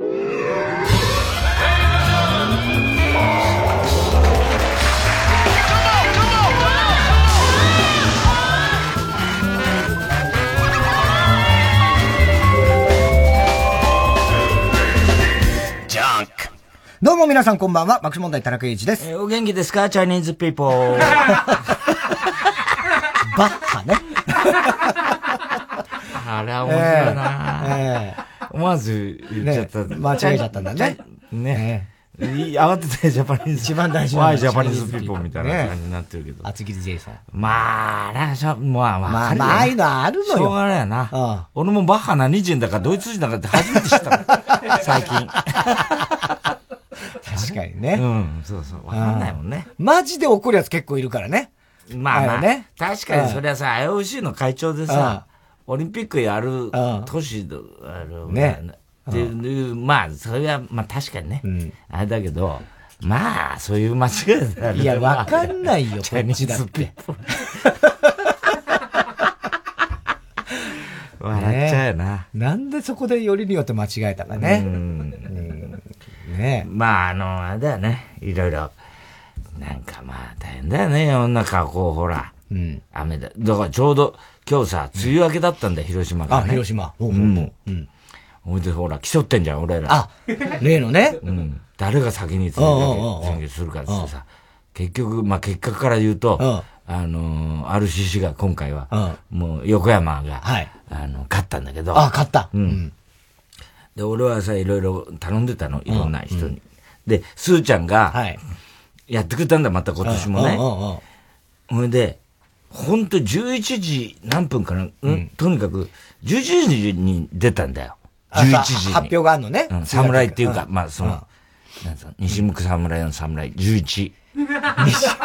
どうも皆さんこんばんは、爆笑問題田中裕一です。 お元気ですか、チャイニーズピーポー。 バッハね。 あれは面白いな思わず言っちゃった。 間違えちゃったんだね。 ね。慌ててジャパニーズ。 一番大事な。 ワイジャパニーズピーポーみたいな感じになってるけど。 厚切りジェイソン。 まあ、まあ、 ああいうのあるのよ。 しょうがないよな。俺もバッハ何人だかドイツ人だかって初めて知ったの。最近。 確かにね。 うん、そうそう。わかんないもんね。 マジで怒るやつ結構いるからね。 まあね。確かにそれはさ、IOC の会長でさ、オリンピックやる都市あるね。っていう、まあ、それは、まあ確かにね。あれだけど、まあ、そういう間違いだよね。 いや、わかんないよ、こっちだって。 笑っちゃうよな。 なんでそこでよりによって間違えたかね。ねまあ、あれだよね。いろいろ。なんかまあ、大変だよね。世の中、こう、ほら。雨だ。だからちょうど、今日さ、梅雨明けだったんだよ、広島が。 あ、広島。 ほいで、ほら、競ってんじゃん、俺ら。 あ、例のね。 誰が先に宣言するかってさ、結局、まあ結果から言うと、RCC が今回は、もう横山が、勝ったんだけど。 あ、勝った。 で、俺はさ、いろいろ頼んでたの、いろんな人に。で、スーちゃんが、やってくれたんだ、また今年もね。ほいで、ほんと11時何分かな、とにかく、11時に出たんだよ。11時に。 発表があるのね。 侍っていうか、まあ、その、なんつうの、西向く侍の侍、11。西向く侍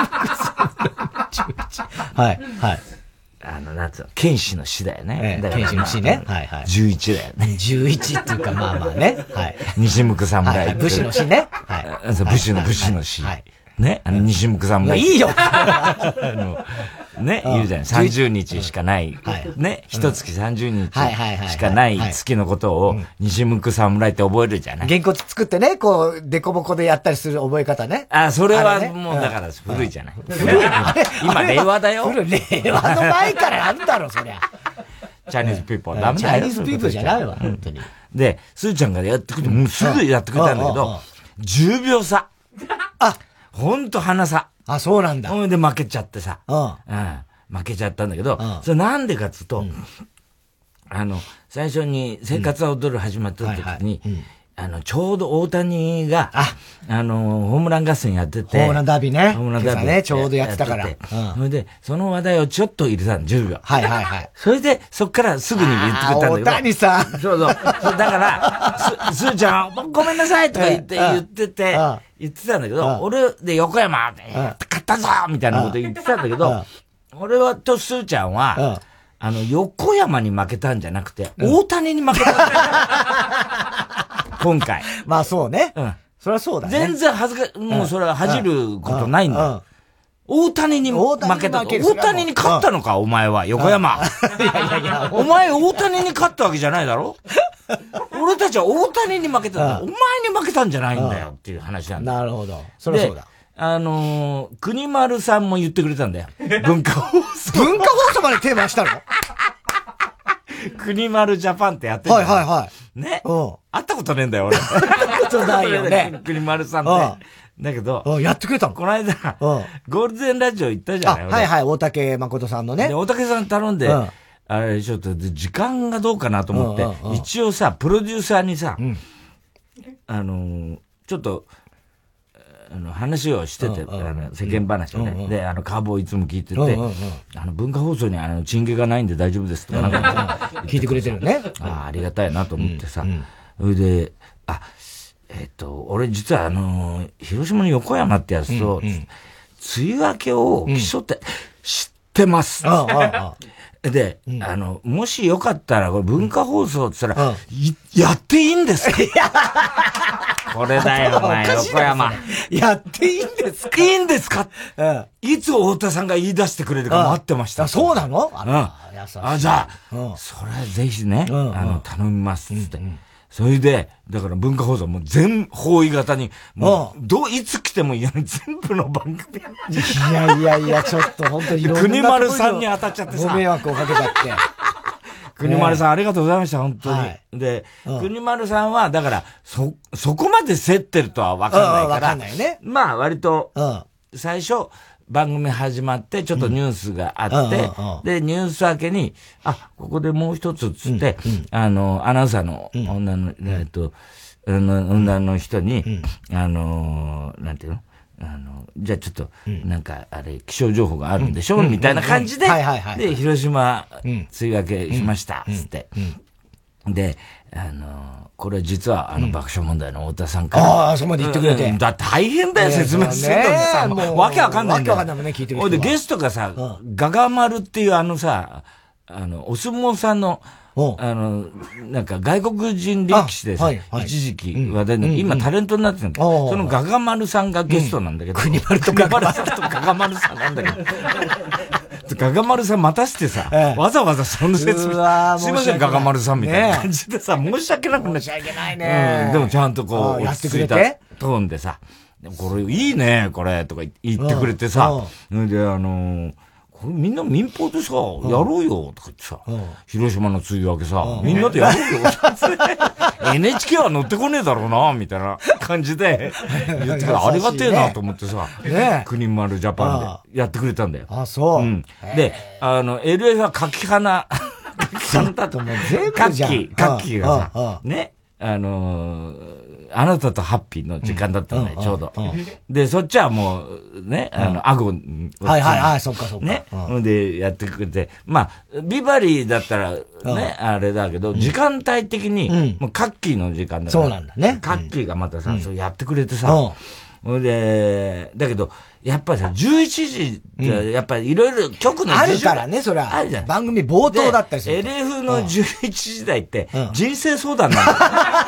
11。はい、はい。 なんつうの、剣士の死だよね。 剣士の死ね。はい、はい。 11だよね。 11っていうか、まあまあね。はい。 西向く侍。 武士の死ね。はい。 武士の死。はい。ね、西向く侍。 いいよね、言うじゃない。30日しかない。ね、一月30日しかない月のことを、西向く侍って覚えるじゃない。 原稿作ってね、こう、デコボコでやったりする覚え方ね。 あ、それはもうだから古いじゃない。今、令和だよ。 令和の前からあるだろ、そりゃ。 チャイニーズピーポー。ダメだよ。 チャイニーズピーポーじゃないわ、本当に。 で、スーちゃんがやってくれて、もうすぐやってくれたんだけど、10秒差。 あ、 ほんと鼻差。 あ、そうなんだ。 ほんで負けちゃってさ。負けちゃったんだけど、それなんでかっつうと、最初に生活は踊る始まった時に、ちょうど大谷が、ホームラン合戦やってて、 ホームランダービーね。 ホームランダービーね、ちょうどやってたから。 それで、その話題をちょっと入れたの、10秒。 はいはいはい。 それで、そっからすぐに言ってくれたんだけど。 大谷さん。 そうそう。だから、すーちゃん、ごめんなさいとか言ってたんだけど、俺で横山、勝ったぞみたいなこと言ってたんだけど、俺はとすーちゃんは、横山に負けたんじゃなくて、大谷に負けたんだよ。今回。 まあそうね。そりゃそうだね。 全然もうそれは恥じることないんだよ。大谷に負けた。大谷に勝ったのか、お前は、横山。いや、お前大谷に勝ったわけじゃないだろ俺たちは大谷に負けたんだ。お前に負けたんじゃないんだよっていう話なんだ。 なるほど。そりゃそうだ。 国丸さんも言ってくれたんだよ。文化放送。 文化放送までテーマしたの国丸ジャパンってやってる。 はいはいはい。 ね。会ったことねえんだよ、俺。 会ったことないよね。 国丸さんって。だけど、 やってくれたのこの間、ゴールデンラジオ行ったじゃない。 はいはい、大竹誠さんのね。 大竹さん頼んで、あれ、ちょっと、時間がどうかなと思って、一応さ、プロデューサーにさ、ちょっと、話をしてて、世間話をね。で、カーボーいつも聞いてて、文化放送にチンゲがないんで大丈夫ですとか、なんか聞いてくれてるね。 ありがたいなと思ってさ。それで、俺実は広島の横山ってやつと、梅雨明けを競って知ってます。で、もしよかったら、これ文化放送って言ったら、やっていいんですかこれだよな、横山。 やっていいんですかいいんですかいつ太田さんが言い出してくれるか待ってました。 そうなのじゃあ、それぜひね、頼みますって。 それで、だから文化放送も全方位型に、もう、いつ来てもいいように全部の番組。 いや、ちょっと本当にいろんな。 国丸さんに当たっちゃってさ。 ご迷惑をかけちゃって。 国丸さん、ありがとうございました、本当に。で、国丸さんは、だから、そこまで競ってるとは分かんないから。 分かんないよね。 まあ、割と、最初、番組始まって、ちょっとニュースがあって、で、ニュース明けに、ここでもう一つつって、アナウンサーの女の、女の人に、なんていうのじゃあちょっと、なんか、あれ、気象情報があるんでしょみたいな感じで、で、広島、梅雨明けしました、つって。で、これ実は爆笑問題の太田さんから。 ああ、そこまで言ってくれて。 だって大変だよ、説明するのにさ。わけわかんないんだよ。 わけわかんないもんね、聞いてる人。 で、ゲストがさ、ガガ丸っていうお相撲さんの、なんか外国人力士でさ、一時期話題の、今タレントになってるんだけど、そのガガ丸さんがゲストなんだけど、 国丸とガガ丸さんなんだけど、ガガ丸さん待たせてさ、わざわざその説明、すいません、ガガ丸さんみたいな感じでさ、申し訳なくなっちゃう。 申し訳ないね。 でもちゃんとこう、落ち着いたトーンでさ、これいいね、これ、とか言ってくれてさ、で、これみんな民放でさ、やろうよ、とか言ってさ、広島の梅雨明けさ、みんなでやろうよ、NHK は乗ってこねえだろうな、みたいな感じで言ってからありがてえなと思ってさ、国丸ジャパンでやってくれたんだよ。 あ、そう。 で、LF は柿花だと思う。全部じゃん。カッキーがさ、ね、あなたとハッピーの時間だったんだよ、ちょうど。で、そっちはもう、ね、アゴ。 はい、そっか。 ね。で、やってくれて。まあ、ビバリーだったら、ね、あれだけど、時間帯的に、もうカッキーの時間だから。 そうなんだね。 カッキーがまたさ、そうやってくれてさ。で、だけど、やっぱりさ、11時ってやっぱりいろいろ局のあるからね、それは。あるじゃん。番組冒頭だったりする。 LF の11時台って、人生相談なんだよ。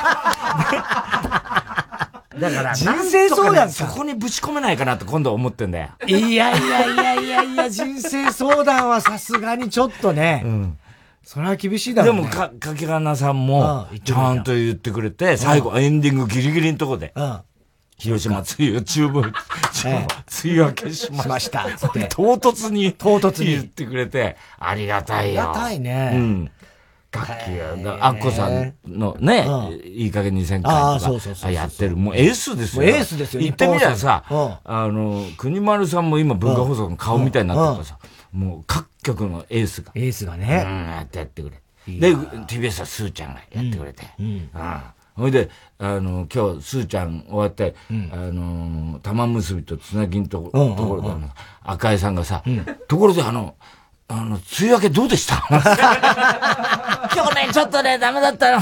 だから、 人生相談そこにぶち込めないかなと今度思ってんだよ。 いや、人生相談はさすがにちょっとね。それは厳しいだろうね。 でも、柿花さんも、ちゃんと言ってくれて、最後エンディングギリギリのとこで。広島梅雨明けしました。唐突に言ってくれて、ありがたいよ。 ありがたいね。 楽器や、アッコさんのね、いい加減2000回とかやってる。もうエースですよ。 エースですよ。 言ってみりゃさ、国丸さんも今文化放送の顔みたいになってるからさ、もう各局のエースが。 エースがね。 やってくれ。で、TBS はスーちゃんがやってくれて。ほいで、今日、スーちゃん終わって、玉結びとつなぎんところで、赤井さんがさ、ところで梅雨明けどうでした今日ね、ちょっとね、ダメだったの。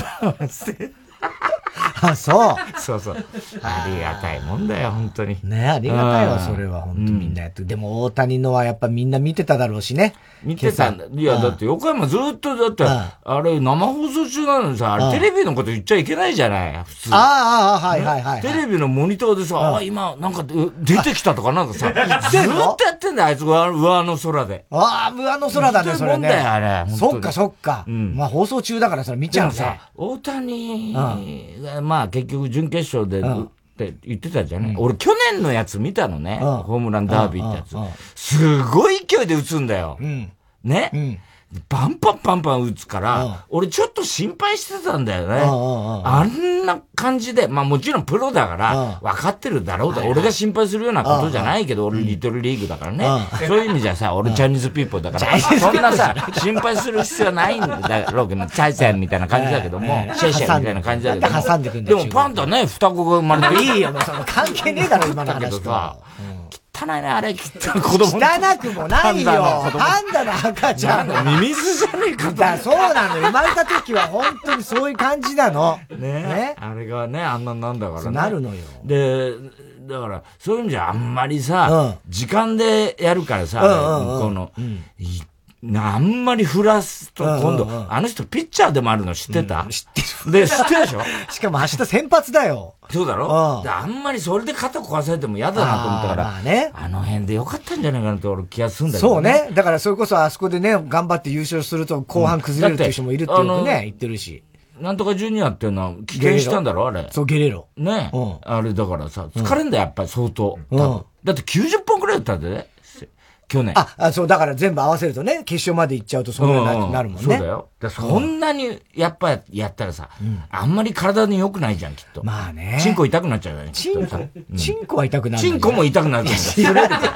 あ、そう。 ありがたいもんだよ、本当に。 ね、ありがたいわ、それは。本当みんなやってる。でも、大谷のはやっぱみんな見てただろうしね。 見てたんだ。いや、だって、横山ずっと、だって、あれ、生放送中なのにさ、あれ、テレビのこと言っちゃいけないじゃない、普通。 はい。 テレビのモニターでさ、今、なんか、出てきたとかなんかさ、ずっとやってんだよ、あいつ、上の空で。 上の空だね、それね。 だよ、あれ。 そっか。まあ、放送中だからそれ見ちゃうさ。 大谷が、まあ、結局、準決勝で、って言ってたじゃない、俺去年のやつ見たのね。ホームランダービーってやつ。すごい勢いで打つんだよ。ね、バンパン打つから、俺ちょっと心配してたんだよね。あんな感じで、まあもちろんプロだから、分かってるだろうと。俺が心配するようなことじゃないけど、俺リトルリーグだからね。そういう意味じゃさ、俺チャイニーズピーポーだから、そんなさ、心配する必要ないんだろうけど、チャイセンみたいな感じだけども、シェイシェイみたいな感じだけども。 挟んでくんだよ。 でもパンダね、双子が生まれて。 いいよ、もうその関係ねえだろ、今の話と。 汚いね、あれ、子供。 汚くもないよ。パンダの赤ちゃん。 ミミズじゃねえか。 そうなのよ。生まれた時は本当にそういう感じなの。 ね。あれがね、あんなんだからね。 なるのよ。 で、だから、そういう意味じゃあんまりさ、時間でやるからさ、この、あんまり振らすと、今度、あの人ピッチャーでもあるの知ってた？ 知ってる。で、知ってるでしょ？ しかも明日先発だよ。 そうだろ？あんまりそれで肩壊されても嫌だなと思ったから、あの辺でよかったんじゃないかなって俺気がするんだけど。 そうね。だからそれこそあそこでね、頑張って優勝すると後半崩れるっていう人もいるってよくね、言ってるし。 なんとかジュニアっていうのは棄権したんだろあれ。 そう、ゲレロ。 ね。あれだからさ、疲れんだよ、やっぱり相当。だって90本くらいだったんだよね。去年。 そう、だから全部合わせるとね、決勝まで行っちゃうとそんなになるもんね。 そうだよ。そんなに、やっぱやったらさ、あんまり体に良くないじゃん、きっと。 まあね。 チンコ痛くなっちゃうよね。 チンコは痛くなる。 チンコも痛くなる。擦れるから。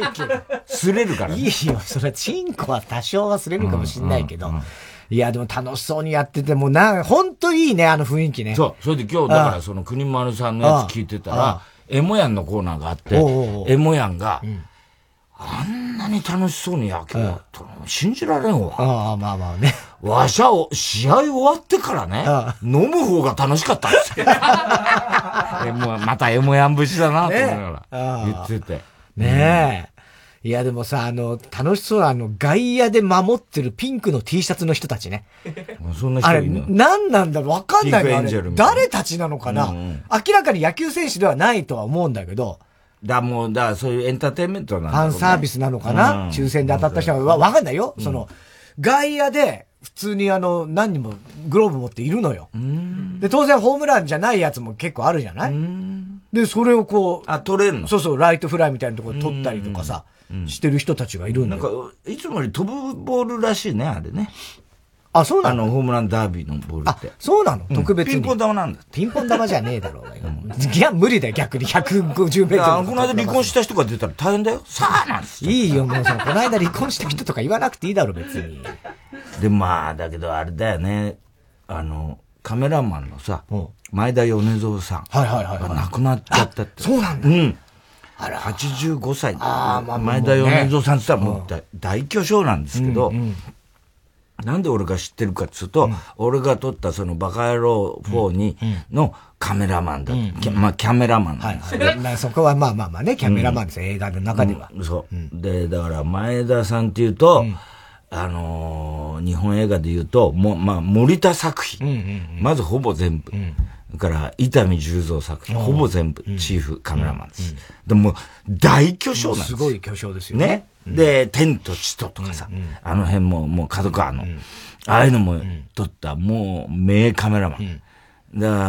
擦れるから。 いいよ、それチンコは多少は擦れるかもしんないけど。いや、でも楽しそうにやってて、もうほんといいね、あの雰囲気ね。 そう。それで今日、だからその国丸さんのやつ聞いてたら、エモヤンのコーナーがあって、エモヤンが、あんなに楽しそうに野球やったの信じられんわ。 まあまあね。 わしゃ試合終わってからね、飲む方が楽しかったんですよ。またエモヤン節だなと思いながら言ってて。 ねえ。いやでもさ、楽しそう外野で守ってるピンクの T シャツの人たちね。 そんな人いるの？ あれ、何なんだろうわかんないの誰たちなのかな、明らかに野球選手ではないとは思うんだけど。 そういうエンターテインメントなんだろうね。ファンサービスなのかな、抽選で当たった人はわかんないよ。外野で、普通に何人もグローブ持っているのよ。で、当然ホームランじゃないやつも結構あるじゃないで、それを取れるの？ そうそう、ライトフライみたいなところ取ったりとかさ、してる人たちがいるんだよ。 なんか、いつもより飛ぶボールらしいね、あれね。 そうなの？ ホームランダービーのボールって。 そうなの？特別に。 ピンポン玉なんだ。 ピンポン玉じゃねえだろうが。いや、無理だよ、逆に。150メートル。 この間離婚した人が出たら大変だよ。さあなんですいいよ、もうこの間離婚した人とか言わなくていいだろ、別に。 で、だけどあれだよね。カメラマンのさ、前田米蔵さん。が亡くなっちゃったって。 そうなんだ。 あら。85歳。前田米蔵さんって言ったらもう大巨匠なんですけど、なんで俺が知ってるかっていうと、俺が撮ったそのバカ野郎4のカメラマンだ。キャメラマンなんですよ。 そこはまあね、キャメラマンです、映画の中では。 そう。で、だから前田さんっていうと、日本映画で言うと、森田作品。まずほぼ全部。だから、伊丹十三作品。ほぼ全部、チーフカメラマンです。でも、大巨匠なんです。 すごい巨匠ですよね。 で、天と地ととかさ、あの辺もう角川の、ああいうのも撮った、もう名カメラマン。だから、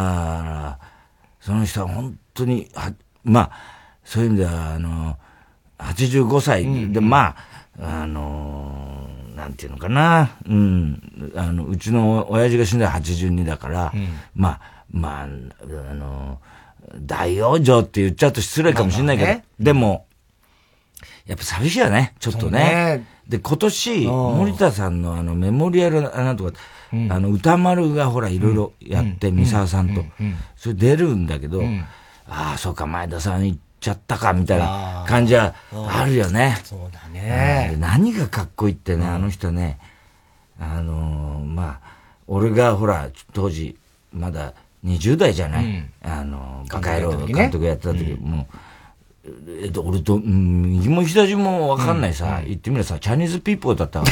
その人は本当に、そういう意味では、85歳で、なんていうのかな、うちの親父が死んだら82だから、大往生って言っちゃうと失礼かもしれないけど、でも、やっぱ寂しいよね、ちょっとね。で、今年、森田さんのメモリアルなんとか、歌丸がほら、いろいろやって、三沢さんと、それ出るんだけど、そうか、前田さん行っちゃったか、みたいな感じはあるよね。 そうだね。 何がかっこいいってね、あの人ね、俺がほら、当時、まだ20代じゃない、バカ野郎監督やってた時、もう、俺と、右も左もわかんないさ、言ってみればさ、チャイニーズピーポーだったわけ。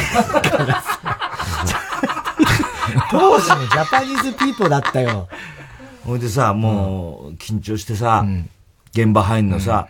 当時のジャパニーズピーポーだったよ。 ほいでさ、もう、緊張してさ、現場入んのさ、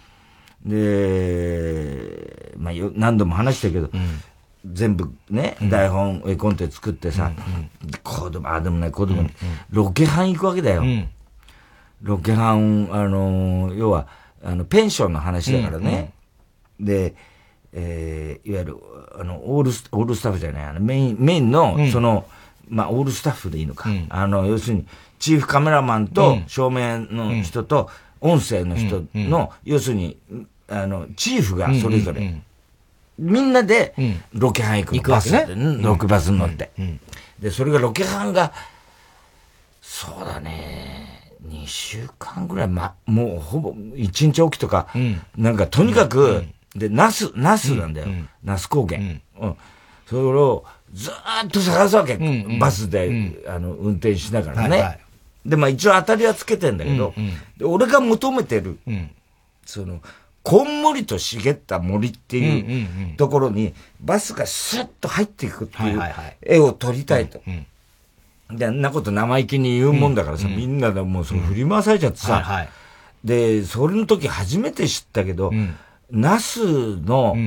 で、何度も話したけど、全部ね、台本、絵コンテ作ってさ、でもね、ロケハン行くわけだよ。ロケハン、要は、ペンションの話だからね。で、いわゆる、オールスタッフじゃない、メインの、オールスタッフでいいのか。要するに、チーフカメラマンと、照明の人と、音声の人の、要するに、チーフがそれぞれ、みんなで、ロケハン行くバスで、ロケバスに乗って。で、それがロケハンが、そうだね、2週間ぐらい、もうほぼ1日おきとか、なんかとにかく、で、ナスなんだよ。ナス高原。それをずーっと探すわけ。バスで、運転しながらね。で、一応当たりはつけてんだけど、俺が求めてる、こんもりと茂った森っていうところに、バスがスッと入っていくっていう絵を撮りたいと。で、あんなこと生意気に言うもんだからさ、みんなでもう振り回されちゃってさ、で、それの時初めて知ったけど、ナスの、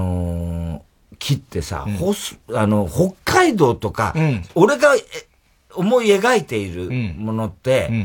木ってさ、北海道とか、俺が思い描いているものって、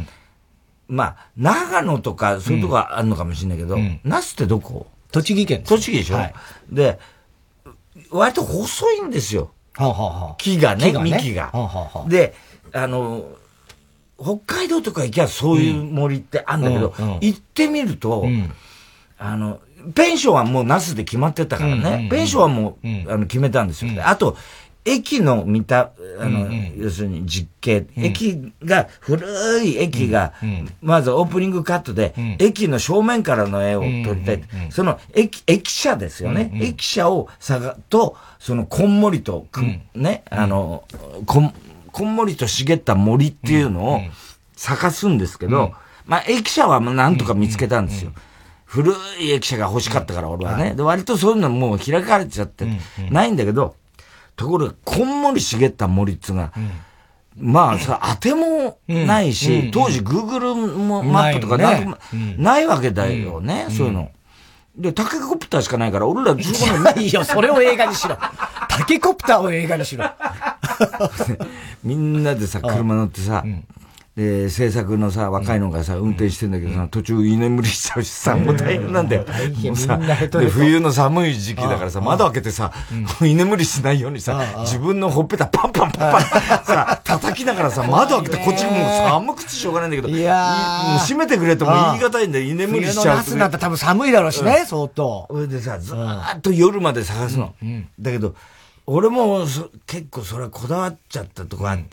まあ、長野とか、そういうとこあるのかもしれないけど、那須ってどこ？ 栃木県。 栃木でしょ？で、割と細いんですよ。木がね、幹が。で、北海道とか行きゃそういう森ってあるんだけど、行ってみると、ペンションはもう那須で決まってたからね。ペンションはもう、決めたんですよ。あと、駅の要するに実景、駅が、古い駅が、まずオープニングカットで、駅の正面からの絵を撮りたい。その駅舎ですよね。駅舎をと、そのこんもりと、ね、こんもりと茂った森っていうのを探すんですけど、まあ駅舎はなんとか見つけたんですよ。古い駅舎が欲しかったから俺はね。で、割とそういうのもう開かれちゃってないんだけど、ところが、こんもり茂った森っていうのが、まあさ、当てもないし、当時 Google マップとかないわけだよね、そういうの。で、タケコプターしかないから、俺ら15年ないよ、それを映画にしろ。タケコプターを映画にしろ。 みんなでさ、車乗ってさ、で、制作のさ、若いのがさ、運転してんだけどさ、途中居眠りしちゃうしさ、もう大変なんだよ。もうさ、で、冬の寒い時期だからさ、窓開けてさ、居眠りしないようにさ、自分のほっぺたパンパンパンパンさ、叩きながらさ、窓開けてこっちもう寒くてしょうがないんだけど、もう閉めてくれとも言い難いんだよ、居眠りしちゃう。 冬の夏なんて多分寒いだろうしね、相当。 それでさ、ずーっと夜まで探すの。だけど、俺も結構それはこだわっちゃったとこあって、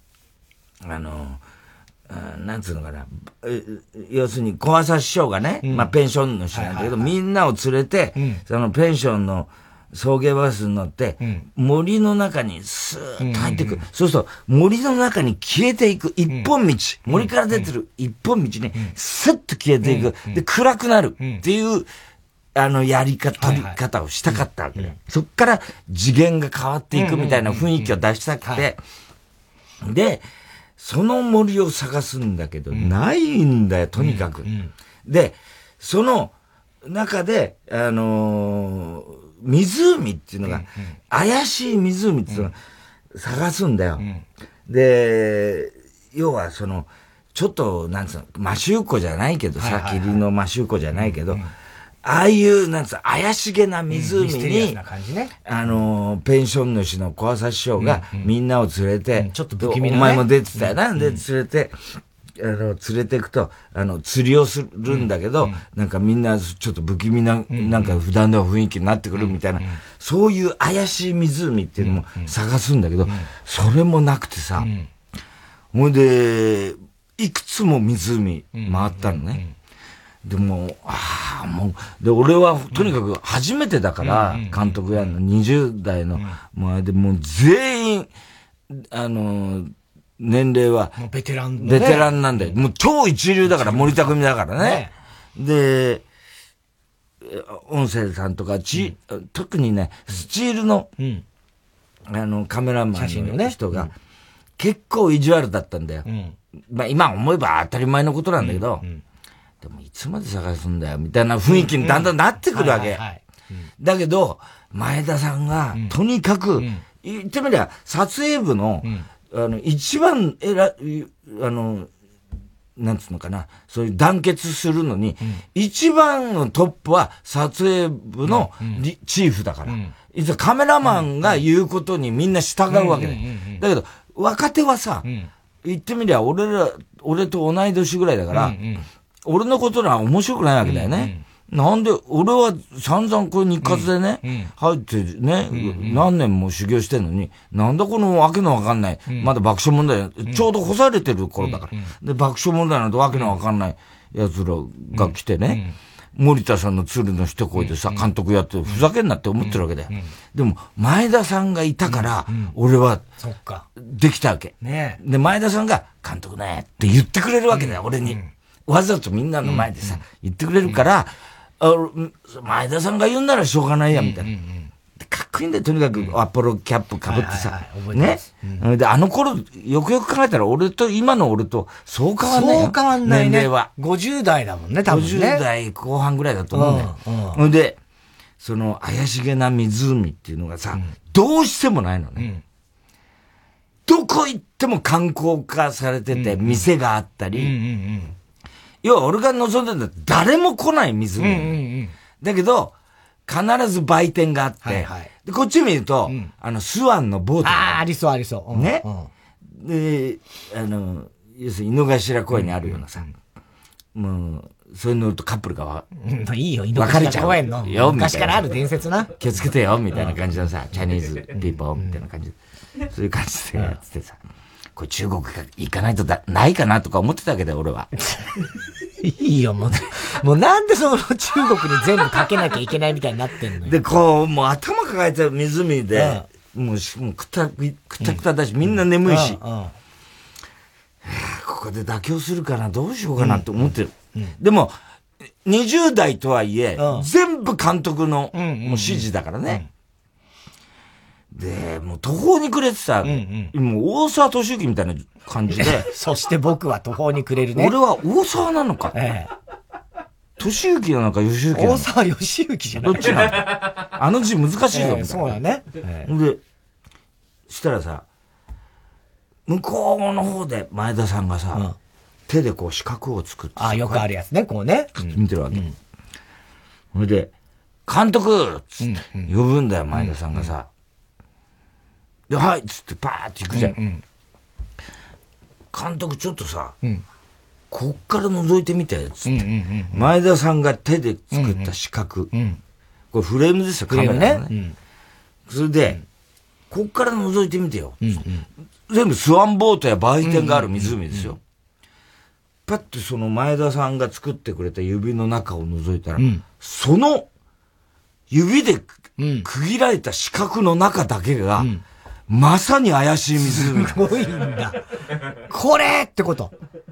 なんつうのかな。要するに、小朝師匠がね、まあ、ペンションの人なんだけど、みんなを連れて、そのペンションの送迎バスに乗って、森の中にスーッと入っていく。そうすると、森の中に消えていく一本道。森から出てる一本道に、スッと消えていく。で、暗くなるっていう、やり方、取り方をしたかったわけね。そっから次元が変わっていくみたいな雰囲気を出したくて、で、その森を探すんだけど、ないんだよ、とにかく。で、その中で、湖っていうのが、怪しい湖っていうのを探すんだよ。で、要はちょっと、なんつうの、マシューコじゃないけどさ、霧のマシューコじゃないけど、ああいう、なんつう、怪しげな湖に、ペンション主の小朝師匠がみんなを連れて、 ちょっと不気味なお前も出てたよな。で、連れて行くと、釣りをするんだけど、なんかみんなちょっと不気味な、なんか普段の雰囲気になってくるみたいな、そういう怪しい湖っていうのも探すんだけど、それもなくてさ、ほんで、いくつも湖回ったのね。でも、もう、で、俺はとにかく初めてだから、監督やるの、20代の前で、もう全員、年齢は、 ベテランなんだよ。もう超一流だから、森田組だからね。で、音声さんとか、特にね、スチールの、カメラマンの人が、結構意地悪だったんだよ。まあ今思えば当たり前のことなんだけど、でもいつまで探すんだよ、みたいな雰囲気にだんだんなってくるわけ。だけど、前田さんが、とにかく、言ってみりゃ、撮影部の、一番なんつうのかな、そういう団結するのに、一番のトップは撮影部のチーフだから。いつカメラマンが言うことにみんな従うわけで。だけど、若手はさ、言ってみりゃ、俺と同い年ぐらいだから、俺のことは面白くないわけだよね。なんで、俺は散々これ日活でね、入ってね、何年も修行してんのに、なんだこのわけのわかんない、まだ爆笑問題、ちょうど干されてる頃だから。で、爆笑問題なんてわけのわかんない奴らが来てね、森田さんの鶴の一声でさ、監督やってふざけんなって思ってるわけだよ。でも、前田さんがいたから、俺は、できたわけ。で、前田さんが、監督ね、って言ってくれるわけだよ、俺に。わざとみんなの前でさ、言ってくれるから、前田さんが言うんならしょうがないや、みたいな。かっこいいんだよ、とにかくアポロキャップ被ってさ。ね。で、あの頃、よくよく考えたら、今の俺と、そう変わんないよ。 そう変わんないね。 年齢は。 50代だもんね、多分ね。 50代後半ぐらいだと思うんだよ。で、その怪しげな湖っていうのがさ、どうしてもないのね。どっこ行っても観光化されてて、店があったり、要は俺が望んでるのは誰も来ない湖。だけど、必ず売店があって、で、こっち見ると、スワンのボートがありそうありそう。 ね。で、要するに井の頭公園にあるようなさ、もう、そういうのとカップルがいいよ、井の頭公園の。昔からある伝説な。 気をつけてよ、みたいな感じのさ、チャイニーズピーポーみたいな感じで。そういう感じでやっててさ、これ中国行かないとないかなとか思ってたわけだよ、俺は。 いいよ、もうなんでその中国に全部かけなきゃいけないみたいになってんのよ。 で、こう、もう頭抱えてる湖で、もうくたくただし、みんな眠いし、ここで妥協するかな、どうしようかなって思ってる。でも、20代とはいえ、全部監督のもう指示だからね。で、もう途方に暮れてさ、もう大沢敏之みたいな感じで。 そして僕は途方に暮れるね。 俺は大沢なのか。敏之なのか義行なのか。 大沢義行じゃない。 どっちなのあの字難しいぞ、みたいな。 そうだね。 で、したらさ、向こうの方で前田さんがさ、手でこう四角を作って。 よくあるやつね、こうね。 見てるわけ。それで、監督つって呼ぶんだよ、前田さんがさ。で、はいっつってパーって行くじゃん。監督ちょっとさ、こっから覗いてみて、つって。前田さんが手で作った四角。これフレームですよ、カメラのね。それで、こっから覗いてみてよ。全部スワンボートや売店がある湖ですよ。パッとその前田さんが作ってくれた指の中を覗いたら、その指で区切られた四角の中だけが、まさに怪しい湖。 すごいんだ。これってこと。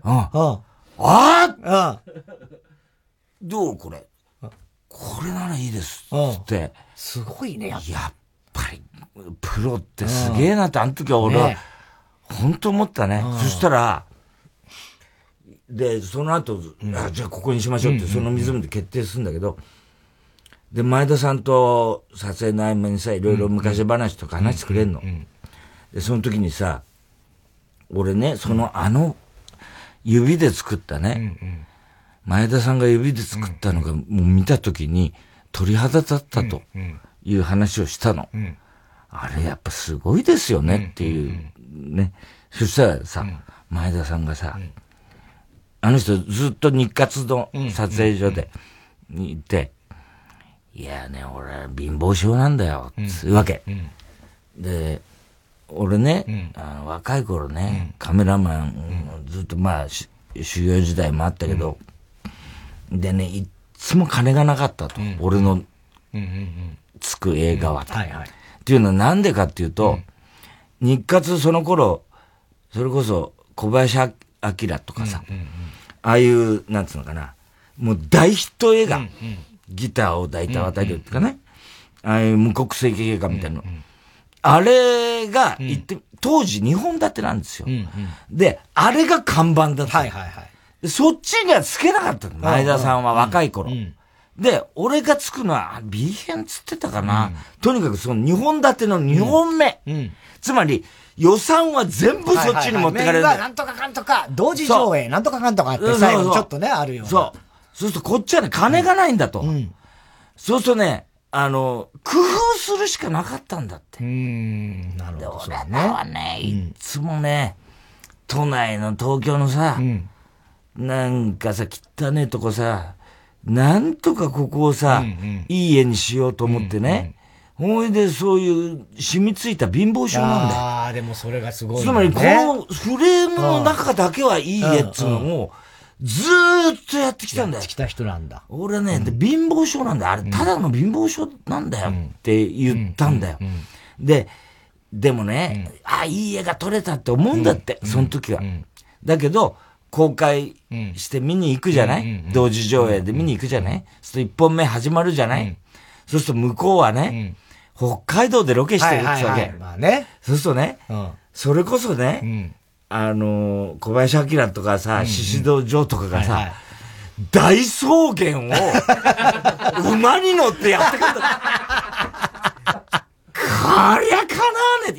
どうこれ。これならいいです。つって。 すごいね、 やっぱり、プロってすげえなって、あの時は俺は、本当思ったね。そしたら、で、その後、じゃあここにしましょうって、その湖で決定するんだけど、で、前田さんと撮影の合間にさ、いろいろ昔話とか話してくれんの。で、その時にさ、俺ね、指で作ったね、前田さんが指で作ったのが、もう見た時に鳥肌立ったという話をしたの。あれやっぱすごいですよねっていうね。そしたらさ、前田さんがさ、あの人ずっと日活の撮影所でいて、いやね、俺貧乏症なんだよ、つうわけ。で、俺ね、若い頃ね、カメラマン、ずっとまあ、修行時代もあったけど、でね、いつも金がなかったと。俺のつく映画は。っていうのはなんでかっていうと、日活その頃、それこそ小林明とかさ、ああいう、なんつうのかな、もう大ヒット映画、ギターを抱いた渡りっていうかね、ああいう無国籍映画みたいなの。あれが、当時2本立てなんですよ。で、あれが看板だった。そっちにはつけなかったの。前田さんは若い頃。で、俺がつくのは、B 編つってたかな。とにかくその2本立ての2本目。つまり、予算は全部そっちに持ってかれる。 なんとかかんとか、同時上映、なんとかかんとかって最後にちょっとね、あるよ。 そう。そうするとこっちはね、金がないんだと。そうするとね、工夫するしかなかったんだって。 なるほど。 俺らはね、いつもね、都内の東京のさ、なんかさ、汚ねえとこさ、なんとかここをさ、いい絵にしようと思ってね、ほいでそういう染みついた貧乏症なんだよ。 ああ、でもそれがすごい、ね。 つまりこのフレームの中だけはいい絵っつうのを、ずーっとやってきたんだよ。 やってきた人なんだ。 俺ね、貧乏症なんだよ。あれ、ただの貧乏症なんだよって言ったんだよ。でもね、いい絵が撮れたって思うんだって、その時は。だけど、公開して見に行くじゃない、同時上映で見に行くじゃない、そうすると一本目始まるじゃない、そうすると向こうはね、北海道でロケしてるってわけ。 まあね。 そうするとね、それこそね、小林明とかさ、宍戸城とかがさ、大草原を馬に乗ってやってくんだ。こりゃかなわねえ。一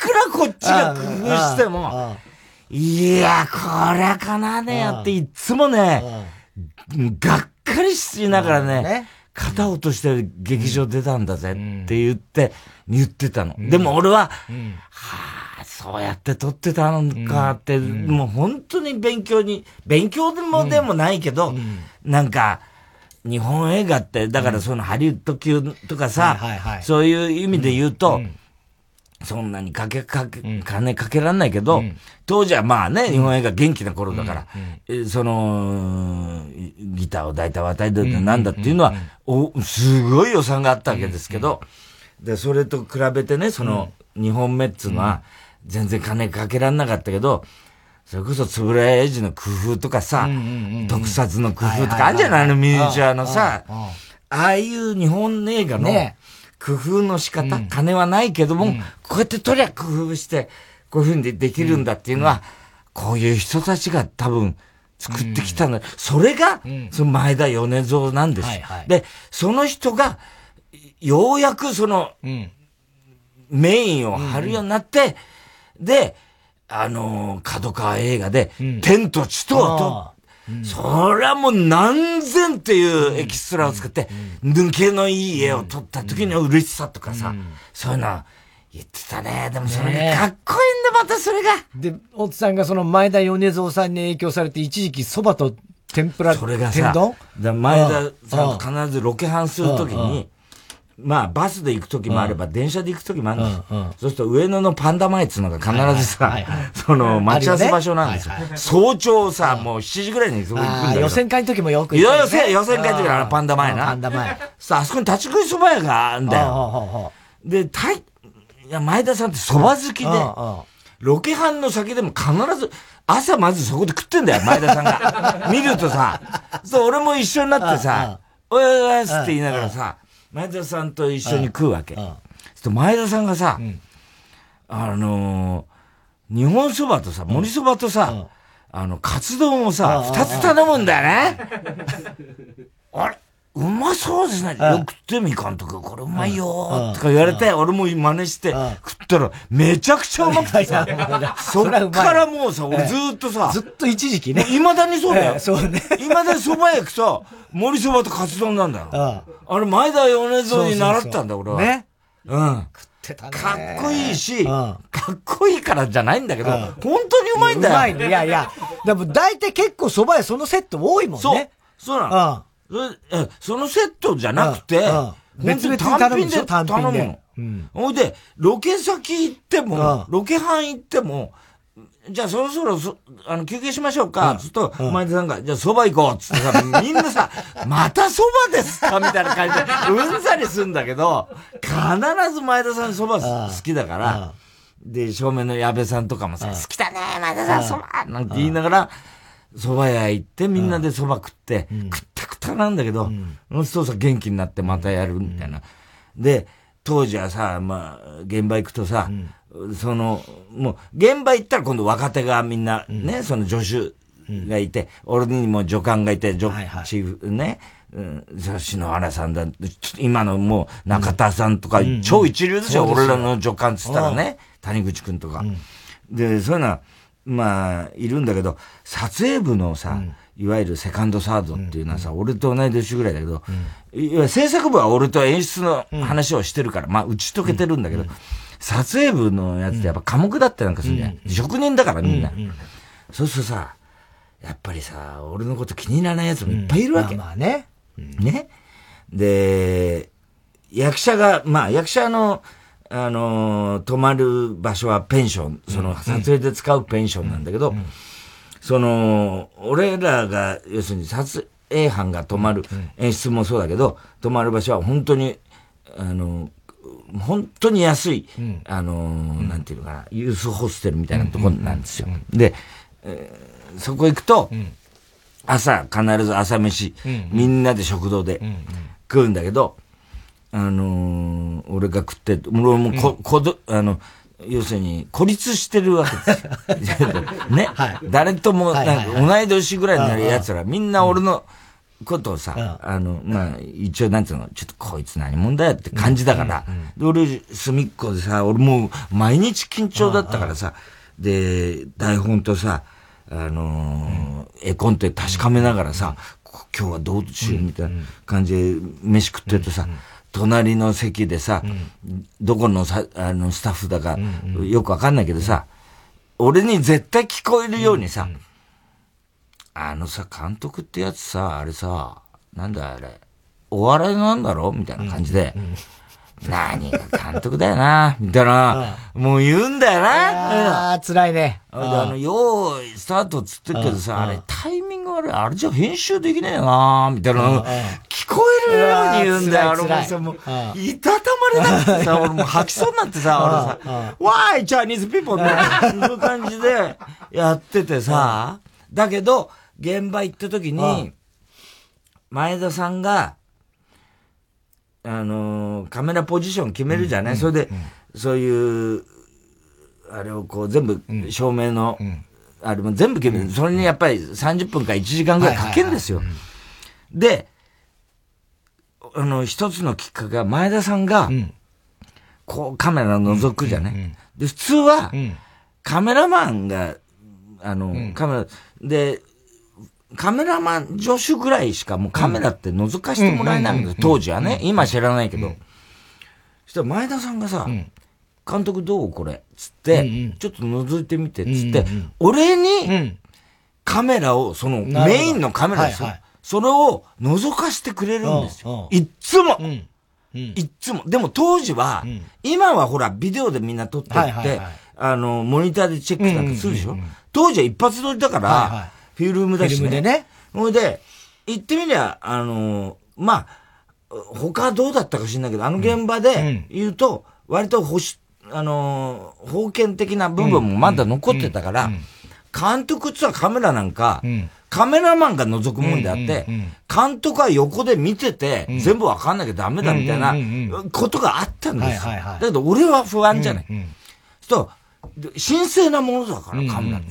くらこっちが工夫しても、いや、こりゃかなねやっていつもね、がっかりしながらね、肩落として劇場出たんだぜって言ってたの。でも俺は、そうやって撮ってたのかって、もう本当に勉強でもないけど、なんか、日本映画って、だからそのハリウッド級とかさ、そういう意味で言うと、そんなに金かけらんないけど、当時はまあね、日本映画元気な頃だから、その、ギターを抱いた渡りだってなんだっていうのは、すごい予算があったわけですけど、で、それと比べてね、その、2本目っつうのは、全然金かけらんなかったけど、それこそ円谷英二の工夫とかさ、特撮の工夫とかあるんじゃないの、ミニチュアのさ、ああいう日本映画の工夫の仕方、金はないけども、こうやってとりゃ工夫して、こういうふうにできるんだっていうのは、こういう人たちが多分作ってきたんだ。それが、その前田米蔵なんです。で、その人が、ようやくその、メインを張るようになって、で、角川映画で、天と地とと、そりゃもう何千っていうエキストラを作って、抜けのいい絵を撮った時の嬉しさとかさ、そういうの言ってたね。でもそれがかっこいいんだ、またそれが。 で、大津さんがその前田米蔵さんに影響されて、一時期蕎麦と天ぷら、 それがさ、前田さんと必ずロケハンするときに、まあ、バスで行くときもあれば、電車で行くときもあるんですよ。そうすると、上野のパンダ前っつうのが必ずさ、その、待ち合わせ場所なんですよ。早朝さ、もう7時ぐらいにそこ行くんだよ。 予選会の時もよく行く。予選会の時はパンダ前な。 パンダ前。 さあ、あそこに立ち食い蕎麦屋があるんだよ。で、前田さんって蕎麦好きで、ロケハンの先でも必ず、朝まずそこで食ってんだよ、前田さんが。見るとさ、そう、俺も一緒になってさ、おやおやって言いながらさ、前田さんと一緒に食うわけ。前田さんがさ、日本そばとさ、盛りそばとさ、カツ丼をさ、二つ頼むんだよね。あれうまそうですね。よく食ってみ監督、これうまいよとか言われて、俺も真似して食ったら、めちゃくちゃうまくてさ、そっからもうさ、俺ずーっとさ、 ずっと一時期ね。 未だにそうだよ。 そうね。 未だに蕎麦屋行くと、盛り蕎麦とカツ丼なんだよ。あれ、前田米蔵に習ったんだ、俺は。ね。 食ってたね。 かっこいいし、かっこいいからじゃないんだけど、本当にうまいんだよ。 うまいね。いやいや、でも大体結構蕎麦屋そのセット多いもんね。 そうなの。そのセットじゃなくて、 別々に単品で頼むの。ほいで、ロケ先行っても、ロケハン行っても、じゃあそろそろ休憩しましょうか、つと、前田さんが、じゃあ蕎麦行こう、つってさ、みんなさ、また蕎麦ですかみたいな感じで、うんざりするんだけど、必ず前田さん蕎麦好きだから、で、正面の矢部さんとかもさ、好きだね、前田さん蕎麦なんて言いながら、蕎麦屋行って、みんなで蕎麦食って、くったくたなんだけど、そうさ、元気になってまたやるみたいな。で、当時はさ、まあ、現場行くとさ、もう、現場行ったら今度若手がみんな、ね、その助手がいて、俺にも助監がいて、チーフね、篠原さんだ、今のもう中田さんとか、超一流ですよ、俺らの助監っつったらね、谷口くんとか。で、そういうのは、まあ、いるんだけど、撮影部のさ、いわゆるセカンドサードっていうのはさ、俺と同い年ぐらいだけど、いわゆる制作部は俺と演出の話をしてるから、まあ、打ち解けてるんだけど、撮影部のやつってやっぱ科目だったりなんかするんじゃない、職人だからみんな。そうするとさ、やっぱりさ、俺のこと気に入らないやつもいっぱいいるわけ。 まあね。 ね。で、役者の、泊まる場所はペンション、その撮影で使うペンションなんだけど、俺らが、要するに撮影班が泊まる、演出もそうだけど、泊まる場所は本当に、本当に安い、なんていうのかな、ユースホステルみたいなところなんですよ。で、そこ行くと、必ず朝飯、みんなで食堂で食うんだけど、俺が食って、俺も要するに孤立してるわけですよ。ね。誰とも、同い年ぐらいになる奴ら、みんな俺のことをさ、まあ、一応なんつうの、ちょっとこいつ何者だよって感じだから、で、俺、隅っこでさ、俺もう毎日緊張だったからさ、で、台本とさ、絵コンテ確かめながらさ、今日はどうしようみたいな感じで飯食ってるとさ、隣の席でさ、どこのさ、スタッフだか、よくわかんないけどさ、俺に絶対聞こえるようにさ、さ、監督ってやつさ、あれさ、なんだあれ、お笑いなんだろみたいな感じで、何が監督だよなみたいな、もう言うんだよな。 ああ、辛いね。 よーい、スタートっつってるけどさ、あれ、タイミング悪い、あれじゃ編集できねえよなみたいな、聞こえるように言うんだよ。俺もさ、もう、いたたまれなくてさ、俺もう吐きそうになってさ、俺さ、Why Chinese people? って、そういう感じでやっててさ、だけど、現場行った時に、前田さんが、カメラポジション決めるじゃない、それで、そういう、あれをこう全部、照明の、あれも全部決める。それにやっぱり30分か1時間ぐらいかけるんですよ。で、一つのきっかけは前田さんが、こうカメラ覗くじゃないで、普通は、カメラマンが、カメラ、で、カメラマン助手ぐらいしかもうカメラって覗かしてもらえないんだよ、当時はね。今知らないけど。そしたら前田さんがさ、監督どうこれつって、ちょっと覗いてみてつって、俺にカメラを、そのメインのカメラですよ。それを覗かしてくれるんですよ。いっつも。いっつも。でも当時は、今はほら、ビデオでみんな撮ってって、モニターでチェックなんかするでしょ。当時は一発撮りだから、フィルムだしね。フィルムでね。ほいで、言ってみりゃ、まあ、他どうだったか知んないけど、現場で言うと、割と封建的な部分もまだ残ってたから、監督ってはカメラなんか、カメラマンが覗くもんであって、監督は横で見てて、全部わかんなきゃダメだみたいなことがあったんですよ。だけど俺は不安じゃない。そう神聖なものだから、カメラって。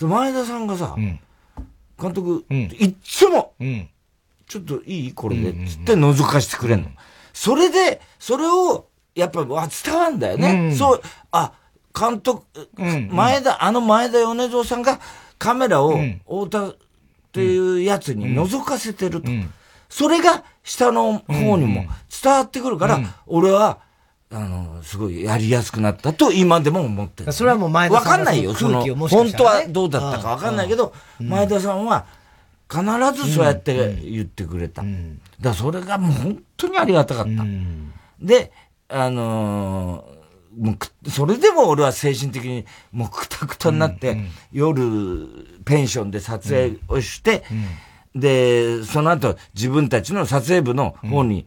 前田さんがさ、監督、いっつも、ちょっといいこれで、つって覗かしてくれんの。それで、それを、やっぱ伝わんだよね。そう、監督、前田米蔵さんがカメラを、太田っていうやつに覗かせてると。それが下の方にも伝わってくるから、俺は、すごいやりやすくなったと今でも思ってる。 それはもう前田さんの空気をもしかしたら、 本当はどうだったかわかんないけど、前田さんは必ずそうやって言ってくれた。だからそれがもう本当にありがたかった。で、それでも俺は精神的にもうくたくたになって、夜ペンションで撮影をして、で、その後自分たちの撮影部の方に、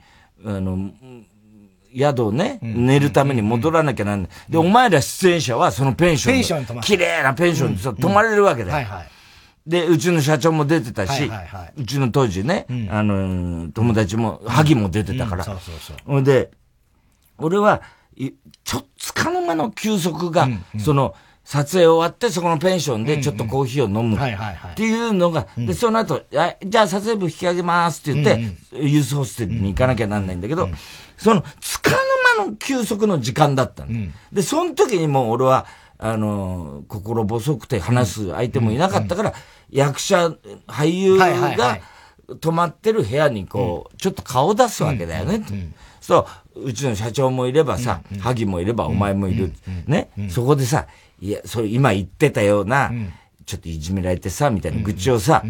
宿をね、寝るために戻らなきゃなんない。で、お前ら出演者はそのペンション、綺麗なペンションに泊まれるわけだよ。で、うちの社長も出てたし、うちの当時ね、友達も、萩も出てたから。で、俺は、ちょっとつかの間の休息が、その、撮影終わって、そこのペンションでちょっとコーヒーを飲むっていうのが、で、その後、じゃあ撮影部引き上げますって言って、ユースホステルに行かなきゃなんないんだけど、その、つかの間の休息の時間だったの。で、その時にもう俺は、心細くて話す相手もいなかったから、役者、俳優が泊まってる部屋にこう、ちょっと顔出すわけだよね。そう、うちの社長もいればさ、萩もいればお前もいる。ね。そこでさ、いや、それ今言ってたような、ちょっといじめられてさ、みたいな愚痴をさ、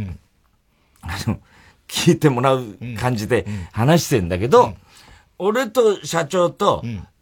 聞いてもらう感じで話してんだけど、俺と社長と、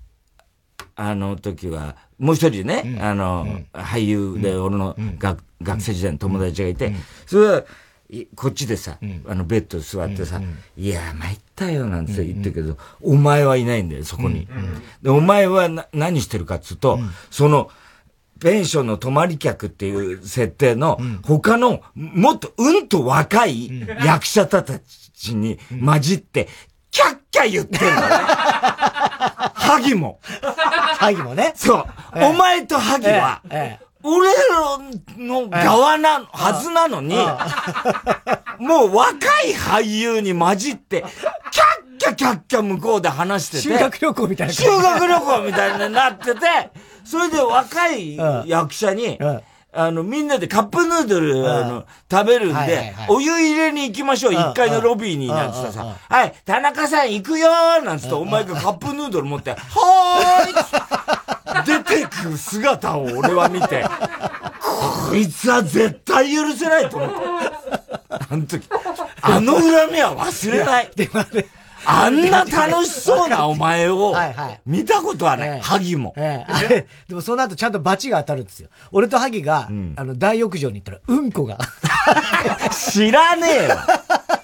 時は、もう一人ね、俳優で俺の学生時代の友達がいて、それは、こっちでさ、ベッド座ってさ、いや、参ったよ、なんて言ってるけど、お前はいないんだよ、そこに。で、お前は何してるかっつうと、その、ペンションの泊まり客っていう設定の、他の、もっとと若い役者たちに混じって、キャッキャ言ってんのね。萩も。 萩もね。 そう。お前と萩は、 俺の側な、はずなのに、もう若い俳優に混じって、キャッキャ向こうで話してて。 修学旅行みたいな。 修学旅行みたいになってて、それで若い役者に、みんなでカップヌードル、食べるんで、お湯入れに行きましょう、1階のロビーに、なんつってさ、はい、田中さん行くよーなんつって、お前がカップヌードル持って、はーい出てく姿を俺は見て、こいつは絶対許せないと思った。あの時、あの恨みは忘れない。あんな楽しそうなお前を見たことはない。萩も。 でもその後ちゃんとバチが当たるんですよ。俺と萩が、大浴場に行ったら、うんこが。 知らねえわ。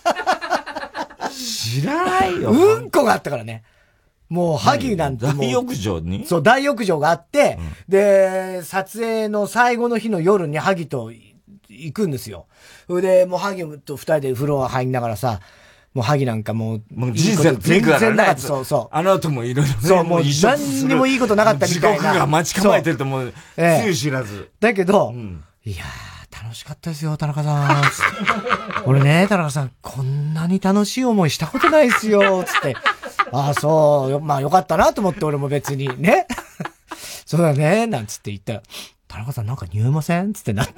知らないよ。 うんこがあったからね。もう、萩なんてもう。 大浴場にそう、大浴場があって、で、撮影の最後の日の夜に萩と行くんですよ。で、もう萩と二人で風呂入りながらさ、もう萩なんかもう人生全然なかった。 そうそう。 あの後もいろいろね。 そう、もう何にもいいことなかったみたいな。 地獄が待ち構えてると思う。つゆ知らず。 だけど、いやー、楽しかったですよ、田中さん。俺ね、田中さん、こんなに楽しい思いしたことないですよ、つって。ああ、そう、まあよかったなと思って俺も別にね。そうだね、なんつって言ったら、田中さんなんか匂いませんつってなって。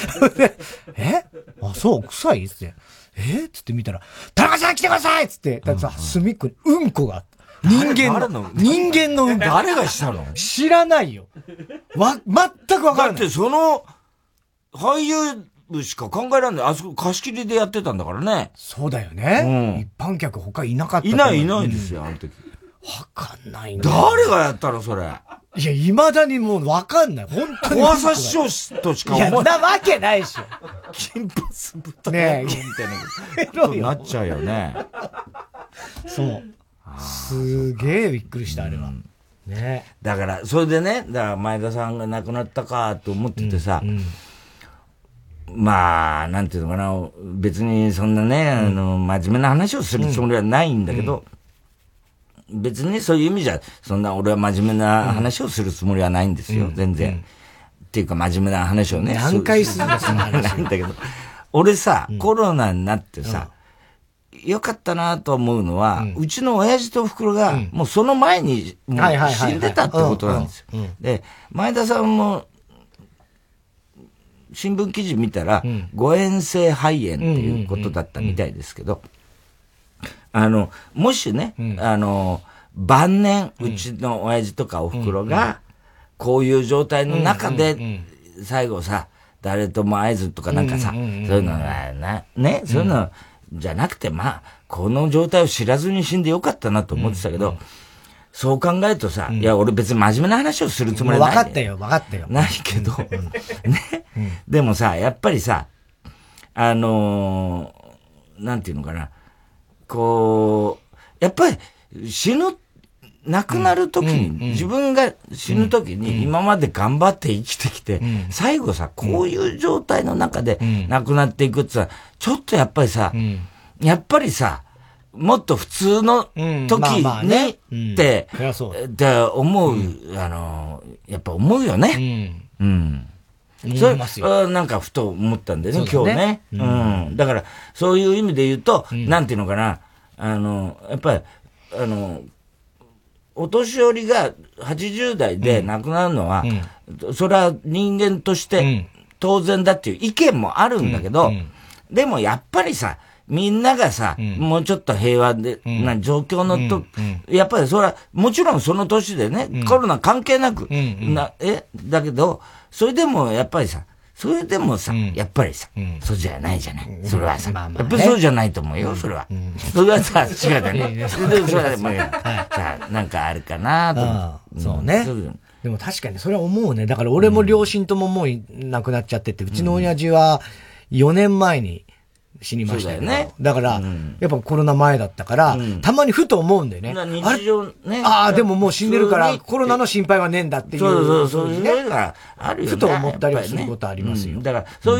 あ、そう、臭いつって。つって見たら、田中さん来てくださいつって、だってさ、隅っこにうんこがあった。人間のうんこ。 誰がしたの知らないよ。全くわからない。 だってその、俳優部しか考えられない。あそこ貸し切りでやってたんだからね。 そうだよね。一般客他いなかった。 いないですよ、あの時。 わかんないんだ。 誰がやったのそれ。 いや、未だにもうわかんない。本当に。 小朝師匠としか思えない。 いや、なわけないでしょ。 金髪豚ねみたいなことになっちゃうよね。 そう。すげえびっくりした、あれは。ね。 だから、それでね、前田さんが亡くなったかと思っててさ、まあ、なんていうのかな、別にそんなね、真面目な話をするつもりはないんだけど、別にそういう意味じゃ、そんな俺は真面目な話をするつもりはないんですよ、全然。っていうか真面目な話をね。 何回するんだ、その話。 なんだけど、俺さ、コロナになってさ、よかったなと思うのは、うちの親父とお袋が、もうその前に、もう死んでたってことなんですよ。で、前田さんも、新聞記事見たら、誤嚥性肺炎っていうことだったみたいですけど、もしね、晩年、うちの親父とかお袋が、こういう状態の中で、最後さ、誰とも会えずとかなんかさ、そういうのはね、そういうのじゃなくて、まあ、この状態を知らずに死んでよかったなと思ってたけど、そう考えるとさ、いや、俺別に真面目な話をするつもりはない。 分かったよ。 ないけど、ね。でもさ、やっぱりさ、なんていうのかな、こう、やっぱり亡くなるときに、自分が死ぬときに今まで頑張って生きてきて、最後さ、こういう状態の中で亡くなっていくってさ、ちょっとやっぱりさ、もっと普通の時にって、思う、やっぱ思うよね。それ、なんかふと思ったんだよね、今日ね。だから、そういう意味で言うと、なんていうのかな、やっぱり、お年寄りが80代で亡くなるのは、それは人間として当然だっていう意見もあるんだけど、でもやっぱりさ、みんながさ、もうちょっと平和で、な状況のやっぱりそれは、もちろんその年でね、コロナ関係なく、だけど、それでもやっぱりさ、やっぱりさ、そうじゃないじゃない。それはさ、やっぱりそうじゃないと思うよ、それは。それはさ、違うだね。それは、さ、なんかあるかなと思う。そうね。でも確かにそれは思うね。だから俺も両親とももう亡くなっちゃってて、うちの親父は4年前に、死にましたよね。だから、やっぱコロナ前だったから、たまにふと思うんだよね。 日常ね。 ああ、でももう死んでるから、コロナの心配はねえんだっていう。 そう、それがあるよね。 ふと思ったりはすることありますよ。 だから、そういう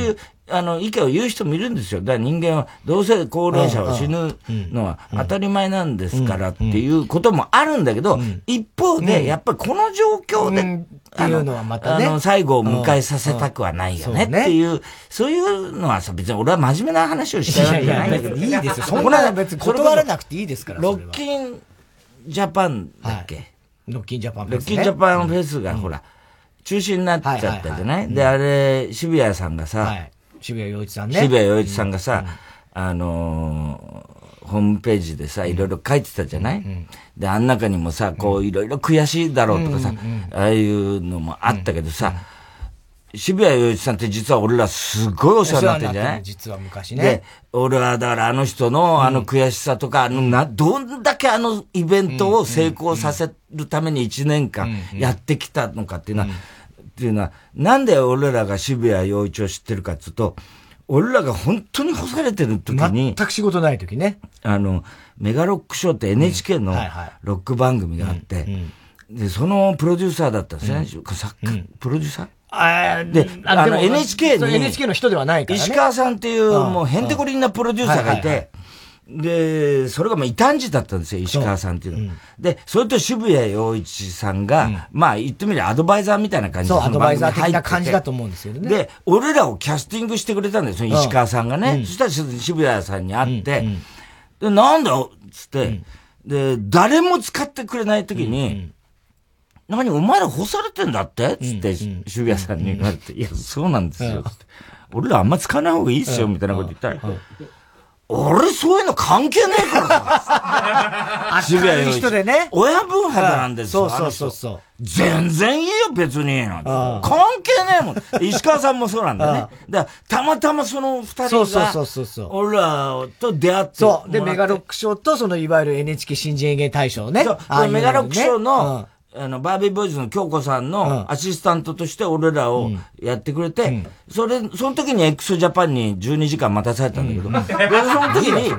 意見を言う人もいるんですよ。だから人間は、どうせ高齢者は死ぬのは当たり前なんですからっていうこともあるんだけど、一方で、やっぱりこの状況で、 っていうのはまたね。 最後を迎えさせたくはないよねっていう、そういうのはさ、別に俺は真面目な話をしたいわけじゃないんだけど。 いいですよ。そんな別に断らなくていいですから。 ロッキンジャパンだっけ？ ロッキンジャパンフェス。 ロッキンジャパンフェスがほら、中止になっちゃったじゃないで、あれ、渋谷さんがさ、 渋谷陽一さんね。 渋谷陽一さんがさ、ホームページでさ、いろいろ書いてたじゃないで、あん中にもさ、こう、いろいろ悔しいだろうとかさ、ああいうのもあったけどさ、渋谷陽一さんって実は俺らすごいお世話になってるじゃない実は昔ね。 で、俺はだからあの人の悔しさとか、どんだけイベントを成功させるために1年間やってきたのかっていうのは、なんで俺らが渋谷陽一を知ってるかっていうと、俺らが本当に干されてる時に、 全く仕事ない時ね。 メガロックショーって NHK のロック番組があって、で、そのプロデューサーだったんですね。プロデューサーで、NHK に、 NHK の人ではないからね。 石川さんっていう、もうへんてこりんなプロデューサーがいて、で、それが異端児だったんですよ、石川さんっていうの。で、それと渋谷陽一さんが、まあ言ってみればアドバイザーみたいな感じで、 そう、アドバイザー的な感じだと思うんですよね。 で、俺らをキャスティングしてくれたんですよ、石川さんがね。そしたら渋谷さんに会って、で、なんだつって、で、誰も使ってくれない時に、何お前ら干されてんだってつって、渋谷さんに言われて、いや、そうなんですよ。俺らあんま使わない方がいいっすよ、みたいなこと言ったら、俺そういうの関係ねえからさ。 渋谷の人でね。 親分肌なんですよ。 そう。 全然いいよ、別に。関係ねえもん。石川さんもそうなんだね。だたまたまその二人が、俺らと出会って。 そう。で、メガロックショーと、いわゆる NHK 新人演芸大賞ね。 メガロックショーの、バービーボーイズの京子さんのアシスタントとして俺らをやってくれて、その時に x ジャパンに12時間待たされたんだけど、で、その時に、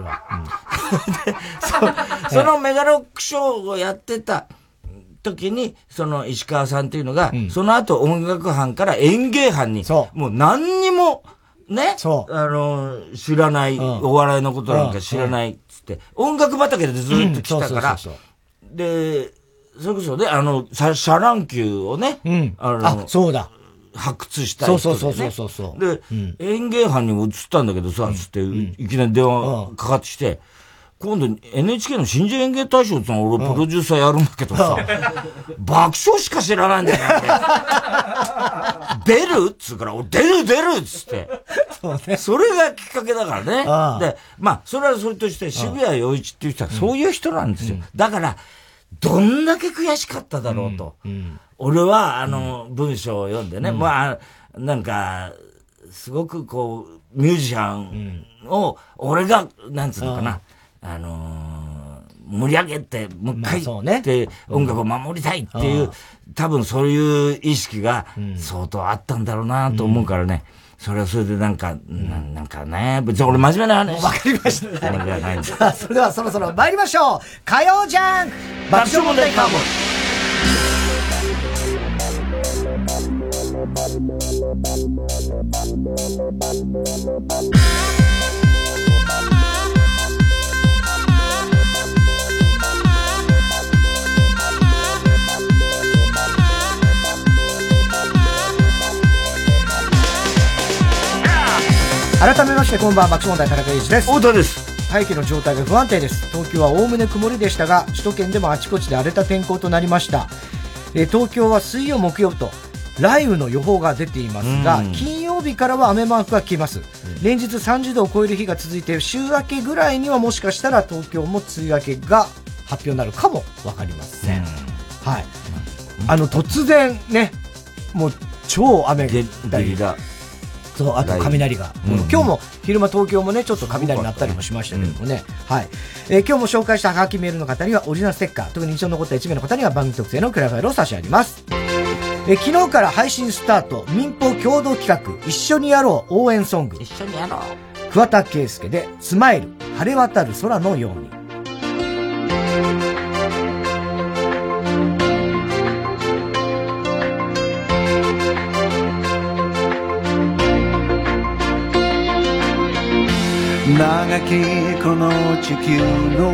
そのメガロックショーをやってた時に、その石川さんっていうのが、その後音楽班から演芸班に、もう何にも、ね、知らない、お笑いのことなんか知らないっつって、音楽畑でずっと来たから、で、それこそね、シャランキューをね、 そうだ。 発掘したい人で、ね。 そう。 で、演芸班にも移ったんだけどさ、つって、いきなり電話かかってきて、今度 NHK の新人演芸大賞ってのは俺プロデューサーやるんだけどさ、爆笑しか知らないんだよ出るっつうから、出るっつって。それがきっかけだからね。で、まあ、それはそれとして渋谷陽一っていう人はそういう人なんですよ。だから、どんだけ悔しかっただろうと。俺は、文章を読んでね、まあ、なんか、すごくこう、ミュージシャンを、俺が、なんつうのかな、盛り上げて、もう一回って音楽を守りたいっていう、多分そういう意識が相当あったんだろうなと思うからね。それはそれでなんかね、別に俺真面目な話。 わかりました。さあ、それではそろそろ参りましょう。火曜ジャンク爆笑問題カーボー改めましてこんばんは、爆笑問題田中裕二です。 太田です。 大気の状態が不安定です。東京はおおむね曇りでしたが、首都圏でもあちこちで荒れた天候となりました。東京は水曜木曜と雷雨の予報が出ていますが、金曜日からは雨マークが来ます。連日30度を超える日が続いて、週明けぐらいにはもしかしたら東京も梅雨明けが発表になるかもわかりません。はい。突然ね、もう超雨がそう、あと雷が。今日も昼間東京もね、ちょっと雷鳴ったりもしましたけどもね。はい。今日も紹介したハガキメールの方にはオリジナルステッカー、特に印象に残った1名の方には番組特製のクラファイルを差し上げます。昨日から配信スタート、民放共同企画、一緒にやろう応援ソング。 一緒にやろう。 桑田佳祐で、スマイル、晴れ渡る空のように。 長きこの地球の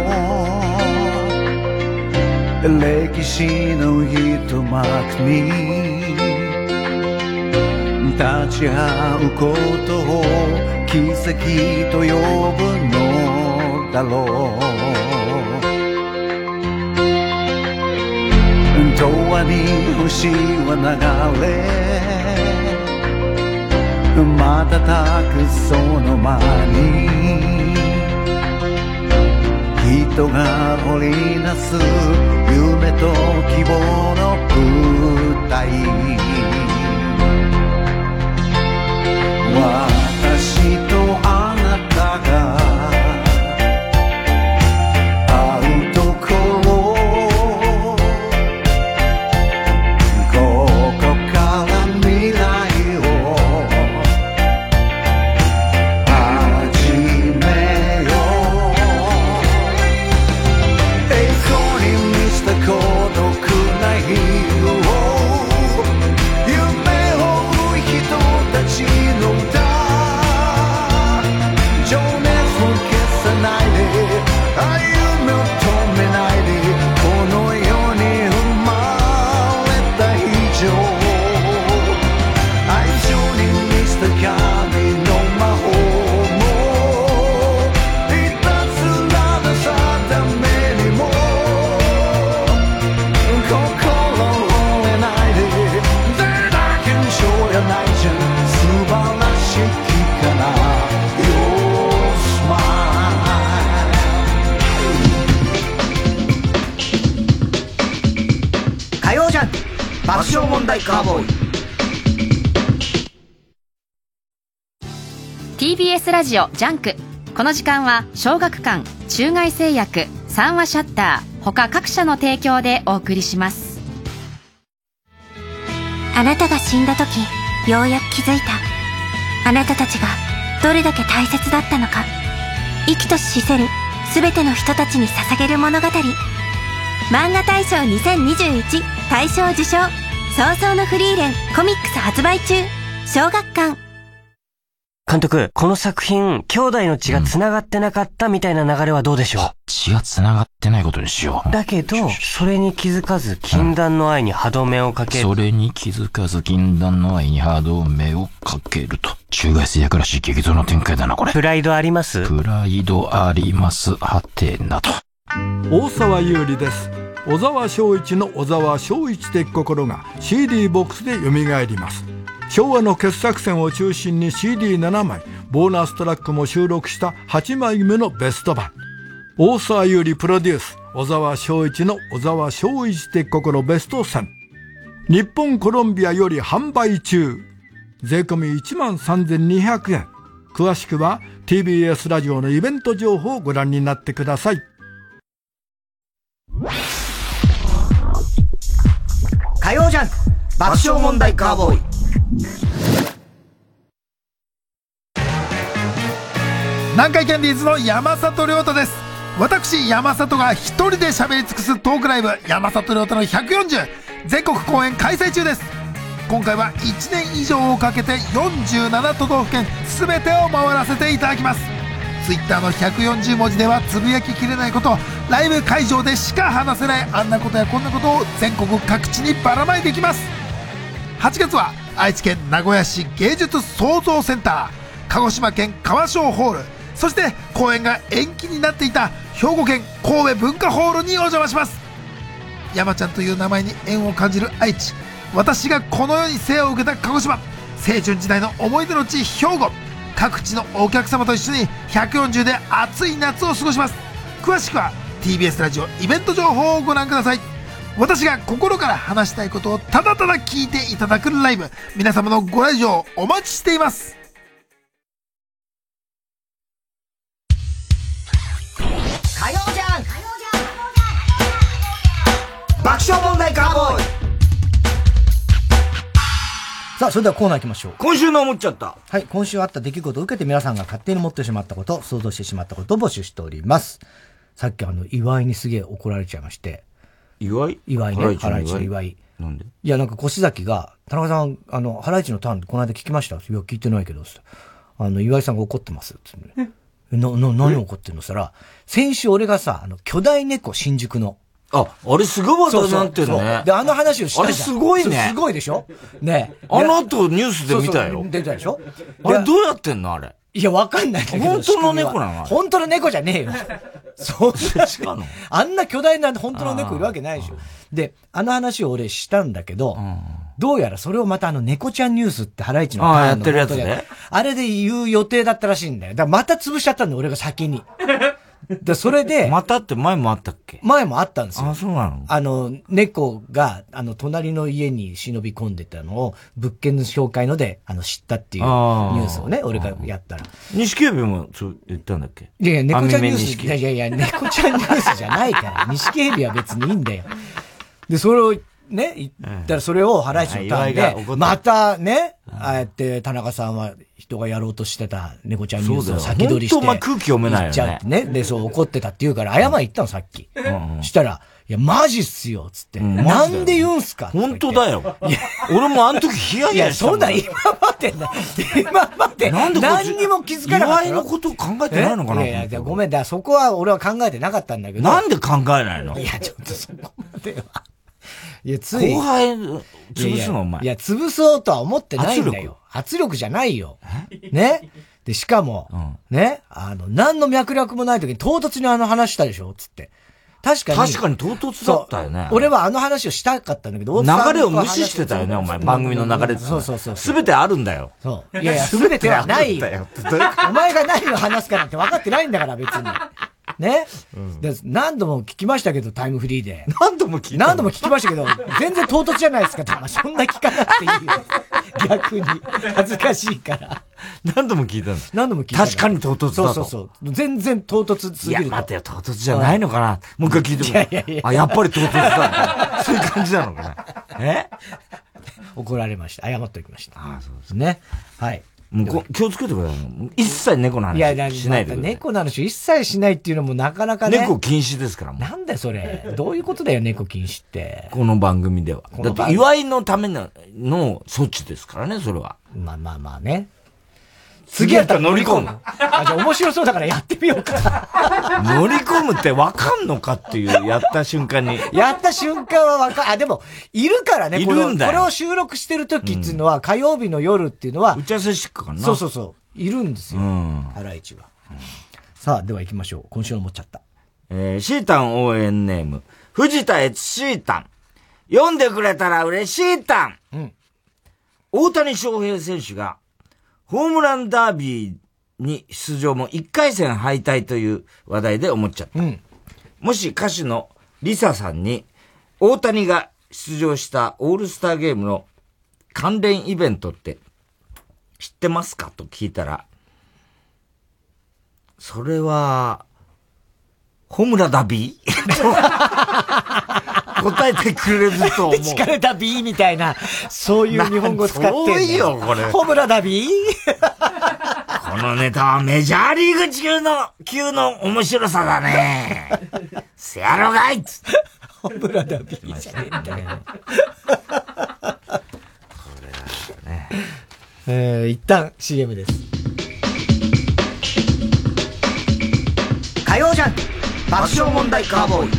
歴史の一幕に立ち会うことを奇跡と呼ぶのだろう。永遠に星は流れ瞬くその間に人が織りなす夢と希望の舞台。私とあなたが会うところ、ここから未来を始めよう。栄光に満ちた孤独な日を夢を追う人たちの歌、情熱を消さないで、夢を止めないで、この世に生まれた以上、愛情に満ちた神の魔法もいたずらなさためにも心折れないで、誰だけの将やないじゃん、素晴らしきかな。 火曜ジャンク爆笑問題カーボーイ。 TBS ラジオジャンク。この時間は小学館、中外製薬、三話シャッター他各社の提供でお送りします。 あなたが死んだ時、ようやく気づいた。あなたたちがどれだけ大切だったのか。生きとし死せる全ての人たちに捧げる物語。漫画大賞2021大賞受賞。早々のフリーレンコミックス発売中。小学館。 監督、この作品、兄弟の血が繋がってなかったみたいな流れはどうでしょう？ 血が繋がってないことにしよう。 だけど、それに気づかず禁断の愛に歯止めをかける。 それに気づかず禁断の愛に歯止めをかけると。中外製薬らしい激動の展開だな、これ。 プライドあります？ プライドあります。はてなと。 大沢優里です。小沢昭一の小沢昭一的心が CD ボックスで蘇ります。昭和の傑作選を中心に CD7 枚、ボーナストラックも収録した8枚目のベスト版。大沢優里プロデュース、小沢昭一の小沢昭一的心ベスト10。日本コロンビアより販売中。税込み 13,200 円。詳しくは TBS ラジオのイベント情報をご覧になってください。 火曜ジャンク爆笑問題カーボーイ。 南海キャンディーズの山里亮太です。私山里が一人で喋り尽くすトークライブ、山里亮太の140全国公演開催中です。今回は1年以上をかけて47都道府県全てを回らせていただきます。ツイッターの140文字ではつぶやききれないこと、ライブ会場でしか話せないあんなことやこんなことを全国各地にばらまいていきます。8月は愛知県名古屋市芸術創造センター、鹿児島県川商ホール、そして公演が延期になっていた兵庫県神戸文化ホールにお邪魔します。山ちゃんという名前に縁を感じる愛知、私がこの世に生を受けた鹿児島、青春時代の思い出の地兵庫、各地のお客様と一緒に140で暑い夏を過ごします。詳しくは TBS ラジオイベント情報をご覧ください。私が心から話したいことをただただ聞いていただくライブ、皆様のご来場お待ちしています。 火曜ジャンク爆笑問題カーボーイ。さあ、それではコーナー行きましょう。 今週の思っちゃった。 はい、今週あった出来事を受けて皆さんが勝手に持ってしまったこと、想像してしまったことを募集しております。さっき岩井にすげえ怒られちゃいまして。 岩井ね、ハライチの岩井。 なんで？ いや、なんか越崎が、田中さん、ハライチのターンこの間聞きました？いや、聞いてないけど、岩井さんが怒ってます。つって何起こってんのさら、先週俺がさ、巨大猫新宿の。 あれすごい話題になってるね。 で、あの話をしたじゃん。 あれすごいね。 すごいでしょね。 あの後ニュースで見たよ。 出たでしょあれどうやってんのあれ。 いや、わかんないんだけど。 本当の猫なの本当の猫じゃねえよ。そう違うのあんな巨大な本当の猫いるわけないでしょ。で、あの話を俺したんだけど、どうやらそれをまた猫ちゃんニュースってハライチのやってるやつね。 あれで言う予定だったらしいんだよ。だからまた潰しちゃったんだよ、俺が先に。で、それで。 またって前もあったっけ？ 前もあったんですよ。 あ、そうなの？ 猫が、隣の家に忍び込んでたのを、物件の紹介ので、知ったっていうニュースをね、俺がやったら。 錦鯉もそう言ったんだっけ？ いや、猫ちゃんニュース、いや、猫ちゃんニュースじゃないから、錦鯉は別にいいんだよ。で、それを、ね、言ったらそれをハライチのターンで、またね、ああやって田中さんは人がやろうとしてた猫ちゃんニュースを先取りして。 本当空気読めないよね。 言っちゃってね。で、そう怒ってたって言うから、謝り言ったのさっき。したら、いや、マジっすよ、つって。なんで言うんすか本当だよ。いや、俺もあの時ヒヤヒヤしたもん。 いや、そうだ、今まで、何にも気づかなかった。 岩井のこと考えてないのかな？ いや、ごめん、そこは俺は考えてなかったんだけど。 なんで考えないの？ いや、ちょっとそこまでは。いや、つい。 後輩、潰すのお前。 いや、潰そうとは思ってないんだよ。圧力じゃないよ。ね。で、しかも、ね、何の脈絡もない時に唐突に話したでしょつって。確かに唐突だったよね。 俺は話をしたかったんだけど、 流れを無視してたよね、お前。番組の流れって。 そう。 すべてあるんだよ。 そう。いや、すべてはないよ。お前が何を話すかなんて分かってないんだから、別に。ね、で何度も聞きましたけど、タイムフリーで。 何度も聞きましたけど、全然唐突じゃないですか。そんな聞かなくていいよ。逆に。恥ずかしいから。 何度も聞いたんだ。 何度も聞いた。 確かに唐突だと。 そう。全然唐突すぎる。 いや、待てよ、唐突じゃないのかな。もう一回聞いても。 いや、 やっぱり唐突だ。そういう感じなのかな。 怒られました。謝っておきました。 ああ、そうですね。はい。 もう気をつけてください。一切猫の話しないでください。 猫の話一切しないっていうのもなかなかね。 猫禁止ですからもう。 なんだよそれ。どういうことだよ、猫禁止って。 この番組では。だって祝いのための措置ですからね、それは。 まあね。次やったら乗り込む。じゃあ面白そうだからやってみようか。 乗り込むって分かんのかっていう、やった瞬間に。 やった瞬間は分かでも、いるからね、 いるんだよ。 これを収録してる時っていうのは、火曜日の夜っていうのは、 打ち合わせしかな。 そう。いるんですよ。ハライチは。さあ、では行きましょう。今週の持っちゃった。 シータン応援ネーム、藤田悦シータン。読んでくれたら嬉しいタン。大谷翔平選手が、ホームランダービーに出場も1回戦敗退という話題で思っちゃった。もし歌手のリサさんに大谷が出場したオールスターゲームの関連イベントって知ってますかと聞いたら、それは、ホムラダビ答えてくれると思う。 力れたビーみたいな、そういう日本語使ってんの。 遠いよ、これ。 ホムラダビーこのネタはメジャーリーグ級の面白さだね。せやろがいっつって。 ホムラダビーじゃねえんだよ。これはね。一旦 CM です。火曜ジャンク爆笑問題カーボーイ。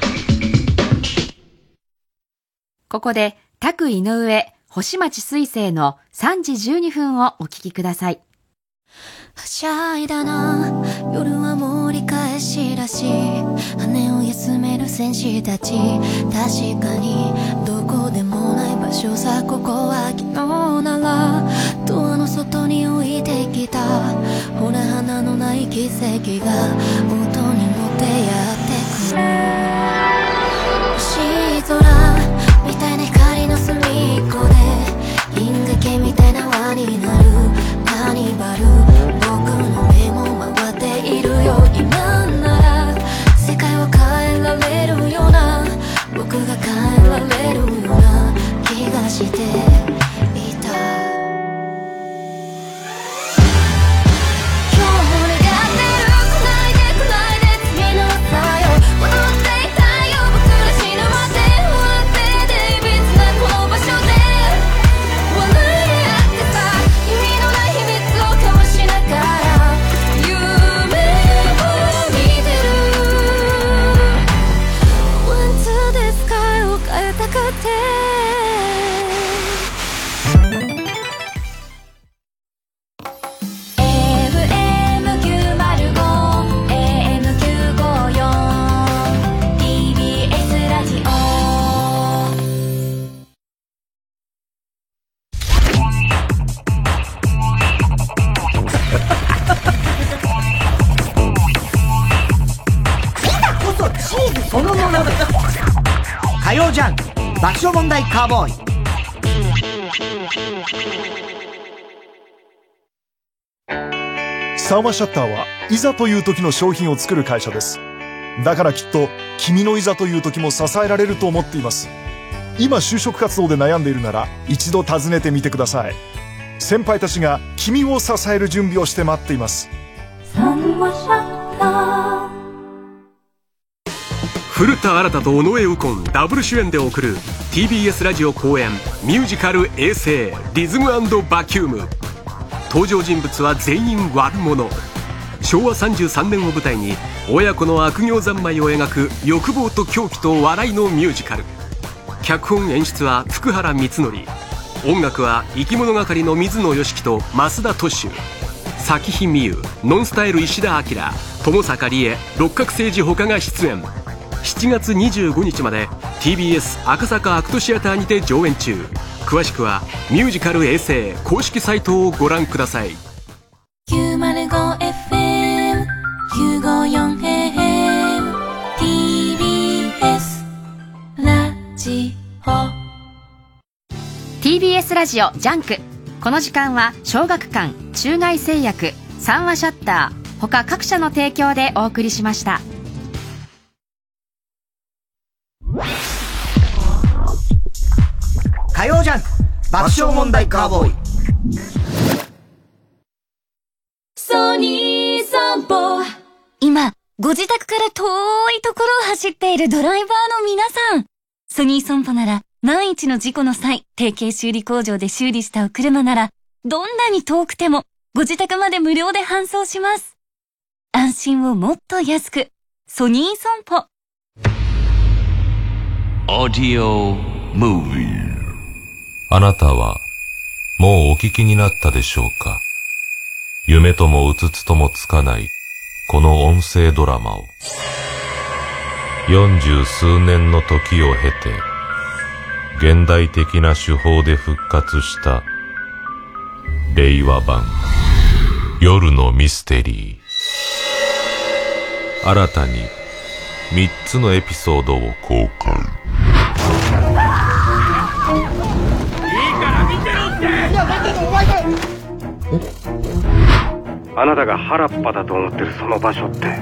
ここで、タク井上、星町水星の3時12分をお聞きください。 はしゃいだな、夜は盛り返しらしい。羽を休める戦士たち。確かにどこでもない場所さ、ここは昨日ならドアの外に置いてきた。ほら花のない奇跡が音に乗ってやってくる。星空みたいな光の隅っこで銀河系みたいな輪になるカーニバル。僕の目も回っているよ。今なら世界を変えられるような、僕が変えられるような気がしていた。今日も願ってる。来ないで次の朝よ。踊っていたいよ僕ら死ぬまで。終わってデイビッドなこの場所で笑い合ってさ、意味のない秘密を交わしな火曜ジャンク爆笑問題カーボーイ。 サーマシャッターはいざという時の商品を作る会社です。だからきっと君のいざという時も支えられると思っています。今就職活動で悩んでいるなら一度訪ねてみてください。先輩たちが君を支える準備をして待っています。サーマシャッター。 古田新太と尾上右近ダブル主演で送る TBS ラジオ公演ミュージカル衛星リズム&バキューム。登場人物は全員悪者。昭和33年を舞台に親子の悪行三昧を描く欲望と狂気と笑いのミュージカル。脚本演出は福原光則。音楽は生き物係の水野良樹と増田俊秀、咲日美優、ノンスタイル石田明、友坂理恵、六角誠治他が出演。7月25日まで TBS 赤坂アクトシアターにて上演中。詳しくはミュージカル衛星公式サイトをご覧ください。 905FM954AM TBS ラジオ TBS ラジオジャンク。この時間は小学館、中外製薬、三話シャッター他各社の提供でお送りしました。 火曜ジャンク爆笑問題カーボーイ。 ソニー散歩。 今、ご自宅から遠いところを走っているドライバーの皆さん。ソニー損保なら、万一の事故の際、提携修理工場で修理したお車なら、どんなに遠くても、ご自宅まで無料で搬送します。安心をもっと安く、ソニー損保。 オーディオムービー。あなたはもうお聞きになったでしょうか。夢ともうつつともつかないこの音声ドラマを40数年の時を経て現代的な手法で復活した令和版夜のミステリー。新たに3つのエピソードを公開。 あなたが原っぱだと思ってるその場所って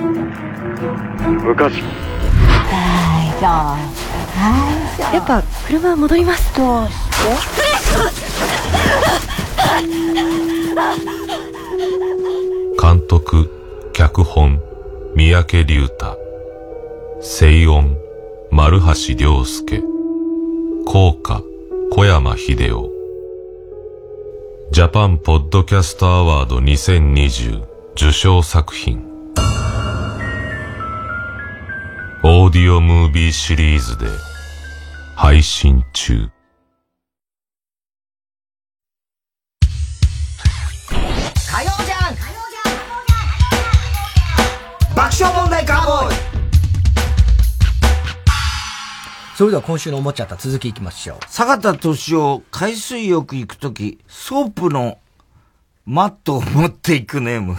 昔。 やっぱ車戻ります。どうして監督脚本三宅龍太、声音丸橋亮介、効果小山秀夫。ジャパンポッドキャストアワード2020受賞作品。オーディオムービーシリーズで配信中。 火曜ジャンク爆笑問題カーボーイ。それでは今週の思っちゃった続きいきましょう。 坂田敏夫、海水浴行くとき、ソープのマットを持っていくネーム。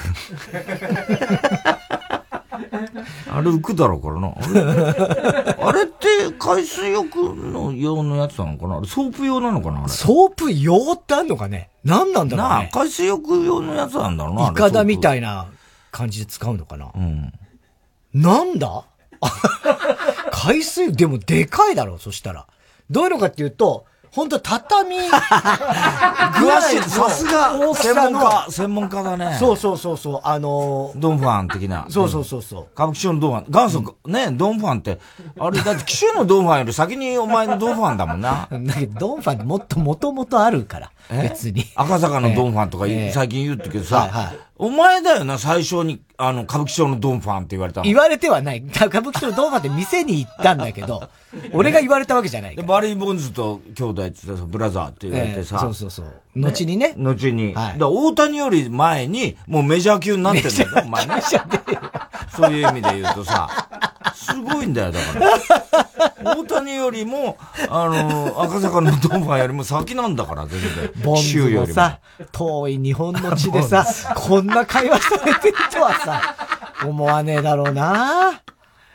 あれ浮くだろうからな。あれって海水浴の用のやつなのかな。ソープ用なのかな。あれソープ用ってあんのかね。何なんだろうね。 なあ、海水浴用のやつなんだろうな。 イカダみたいな感じで使うのかな。うん。なんだ海水、でもでかいだろう、そしたら。どういうのかっていうと、ほんと畳詳しい。さすが専門家だね。 そうそうそうそう。 ドンファン的な。 そうそうそうそう。 歌舞伎町のドンファン。元祖、ね、ドンファンって、あれだって紀州のドンファンより先にお前のドンファンだもんな。 だけどドンファンってもともとあるから。別に。 赤坂のドンファンとか最近言うってけどさ、お前だよな、最初に、歌舞伎町のドンファンって言われたの。 言われてはない。歌舞伎町のドンファンって店に行ったんだけど、俺が言われたわけじゃないから。 バリー・ボンズと兄弟ってさ、ブラザーって言われてさ。 そうそうそう。後にね。 後に。だから大谷より前に、もうメジャー級になってんだよ、お前ね。そういう意味で言うとさ、すごいんだよ、だから。大谷よりも、赤坂のドンファンよりも先なんだから、全然。 ボンズもさ、遠い日本の地でさ、こんな会話されてるとはさ、思わねえだろうな。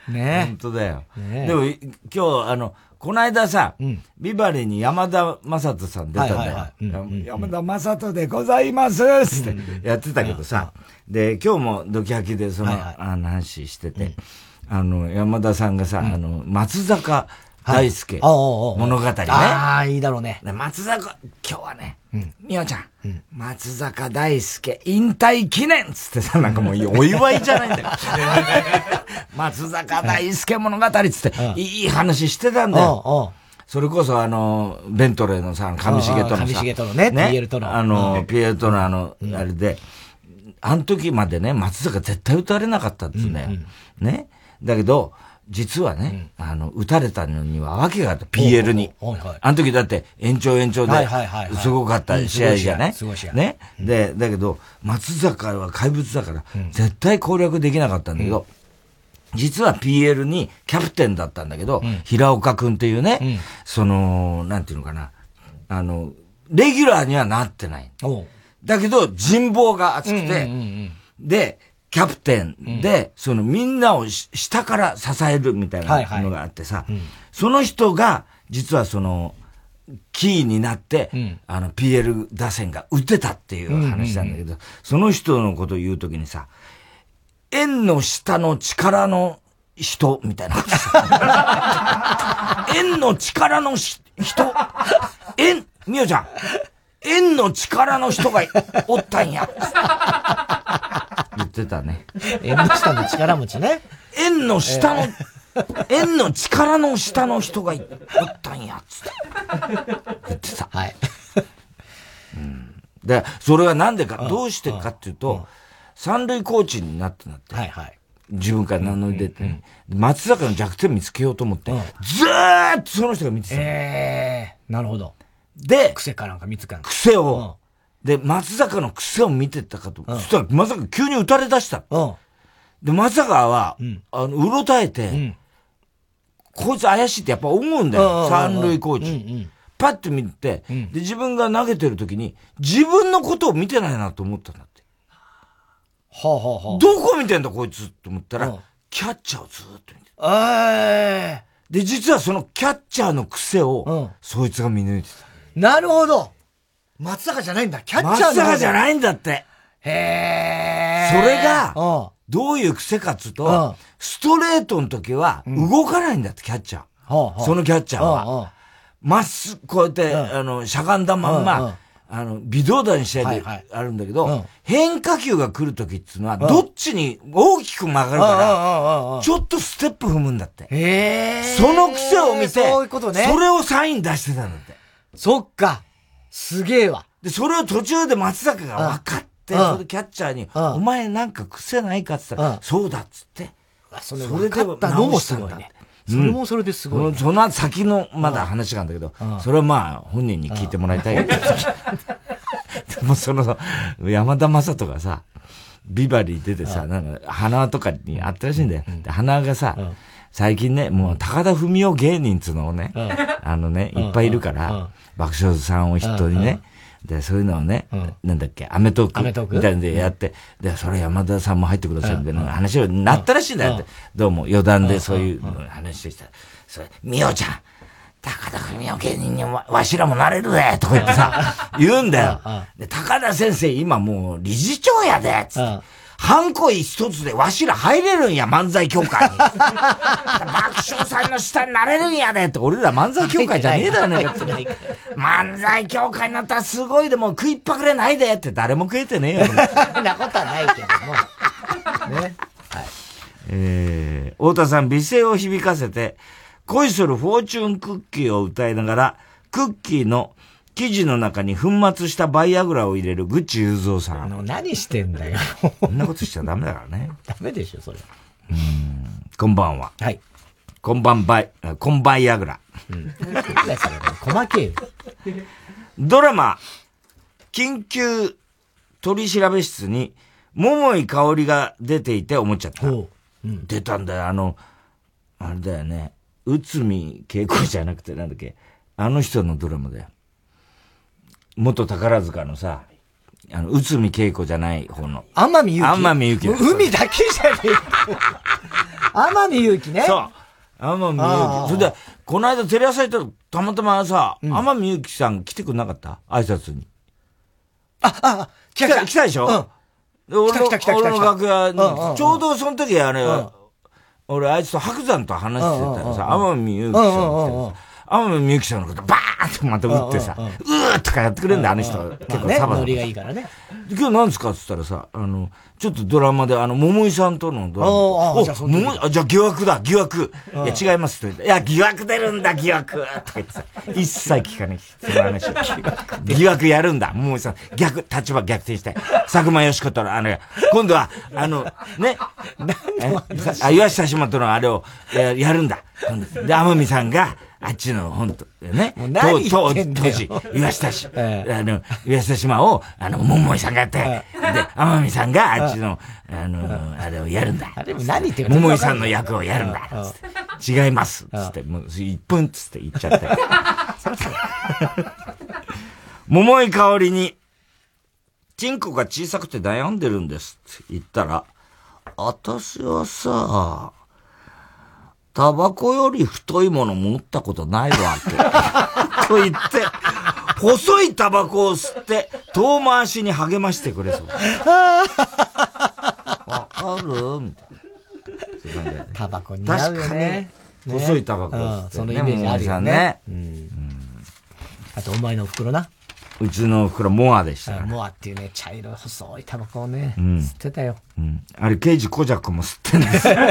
ね本当だよ。 ねでも、今日、この間さ、ビバリーに山田正人さん出たんだよ。山田正人でございますってやってたけどさ、で、今日もドキハキでその、話してて、山田さんがさ、松坂大輔物語ね。 ああ、いいだろうね。 松坂、今日はね、みおちゃん、松坂大輔引退記念つってさ、なんかもうお祝いじゃないんだよ。松坂大輔物語つって、いい話してたんだよ。それこそベントレーのさ、上重とのさ、 上重とのね、PL との。 PL とのあれで、あの時までね、松坂絶対打たれなかったんですね。ね。だけど、実はね、打たれたのには訳があった、PL に。あの時だって延長ですごかった試合じゃないね。で、だけど、松坂は怪物だから、絶対攻略できなかったんだけど、実は PL にキャプテンだったんだけど、平岡くんっていうね、なんていうのかな、レギュラーにはなってない。だけど、人望が厚くて、で、キャプテンで、みんなを下から支えるみたいなのがあってさ、その人が、実はキーになって、PL 打線が打てたっていう話なんだけど、その人のことを言うときにさ、円の下の力の人、みたいなことさ。円の力の人、みおちゃん、円の力の人がおったんや。言ってたね。 円の下の力持ちね。 円の下の、円の力の下の人がおったんや、つって。言ってた。 はい。 で、それはなんでか、どうしてかっていうと、三塁コーチになって。自分から名乗り出て、松坂の弱点見つけようと思って、ずーっとその人が見てた。 なるほど。 で、 癖かなんか見つかん。 癖を、で、松坂の癖を見てたかと。そしたら、まさか急に打たれ出した。で、松坂は、うろたえて、こいつ怪しいってやっぱ思うんだよ。三塁コーチ。パッと見て、で、自分が投げてる時に、自分のことを見てないなと思ったんだって。どこ見てんだこいつって思ったら、キャッチャーをずーっと見てた。で、実はそのキャッチャーの癖を、そいつが見抜いてた。 なるほど。松坂じゃないんだ。キャッチャーの。 松坂じゃないんだって。それが、どういう癖かっつうと、ストレートの時は動かないんだって、キャッチャー。そのキャッチャーは。こうやって、しゃがんだまんま、微動だにしないであるんだけど、変化球が来る時っていうのは、どっちに大きく曲がるから、ちょっとステップ踏むんだって。その癖を見て、 そういうことね。 それをサイン出してたんだって。 そっか。すげえわ。 で、それを途中で松坂が分かって、それキャッチャーに、お前なんか癖ないかって言ったら、そうだっつって、 それで直したんだね。それもそれですごい。 その先のまだ話があるんだけど、それはまあ本人に聞いてもらいたいけど。でも山田正人がさ、ビバリー出てさ、なんか花とかにあったらしいんだよ。で、花がさ、最近ね、もう高田文夫芸人つうのをね、いっぱいいるから、爆笑さんを筆頭にね、で、そういうのをね、なんだっけ、アメトークみたいなんでやって、で、それ山田さんも入ってくださいみたいな話になったらしいんだよって、どうも余談でそういう話してたら、それ、みおちゃん、高田文夫芸人にわしらもなれるでとか言ってさ、言うんだよ。で、高田先生今もう理事長やでつって。ハンコ一つでわしら入れるんや、漫才協会に。爆笑さんの下になれるんやでって、俺ら漫才協会じゃねえだよね。漫才協会になったらすごいでも食いっぱくれないでって誰も食えてねえよ。 そんなことはないけども。ね。 太田さん、美声を響かせて、恋するフォーチュンクッキーを歌いながら、クッキーの生地の中に粉末したバイアグラを入れるグッチ雄三さん。 何してんだよ。 そんなことしちゃダメだからね。 ダメでしょ、それ。 こんばんは。 はい。 こんばんアグラ。 細けえよ。 ドラマ、緊急取調べ室に、桃井香織が出ていて思っちゃった。出たんだよ、あれだよね。内海恵子じゃなくてなんだっけ。あの人のドラマだよ。元宝塚のさ、内海恵子じゃない方の。 天海祐希。 天海祐希。 海だけじゃねえ天海祐希ね。 そう。天海祐希。それで、この間テレ朝行ったら、たまたまさ、天海祐希さん来てくんなかった挨拶に。来たでしょ俺の楽屋に、ちょうどその時俺あいつと白山と話してたらさ、天海祐希さん来てさ、天海祐希さんのことバーンってまた打ってさ、うーとかやってくれるんだ、あの人。結構サバノリがいいからね。 今日何ですかって言ったらさ、ちょっとドラマで、桃井さんとのドラマ。じゃあ疑惑だ、疑惑。いや、違いますって言って。いや、疑惑出るんだ、疑惑とか言ってさ、一切聞かない。その話。疑惑やるんだ、桃井さん。立場逆転して。佐久間義子との、今度は、ね。岩下志麻とのあれを、やるんだ。で、天海さんが、あっちの、ほんと、ね。当時、岩下志麻を、桃井さんがやって、で、天海さんがあっちの、あれをやるんだ。 何言ってる桃井さんの役をやるんだ。つって違います。つって、もう、1分つって言っちゃって。桃井かおりに、チンコが小さくて悩んでるんですって言ったら、私はさ、タバコより太いもの持ったことないわけ。と言って、細いタバコを吸って、遠回しに励ましてくれそう。わかるみたいな。 タバコ似合うよね。 細いタバコを吸って、 そのイメージあるよね。あと、お前のお袋な。 うちのお袋、モアでした。 モアっていうね、茶色い細いタバコをね、吸ってたよ。 あれ、刑事コジャックも吸ってんですよ。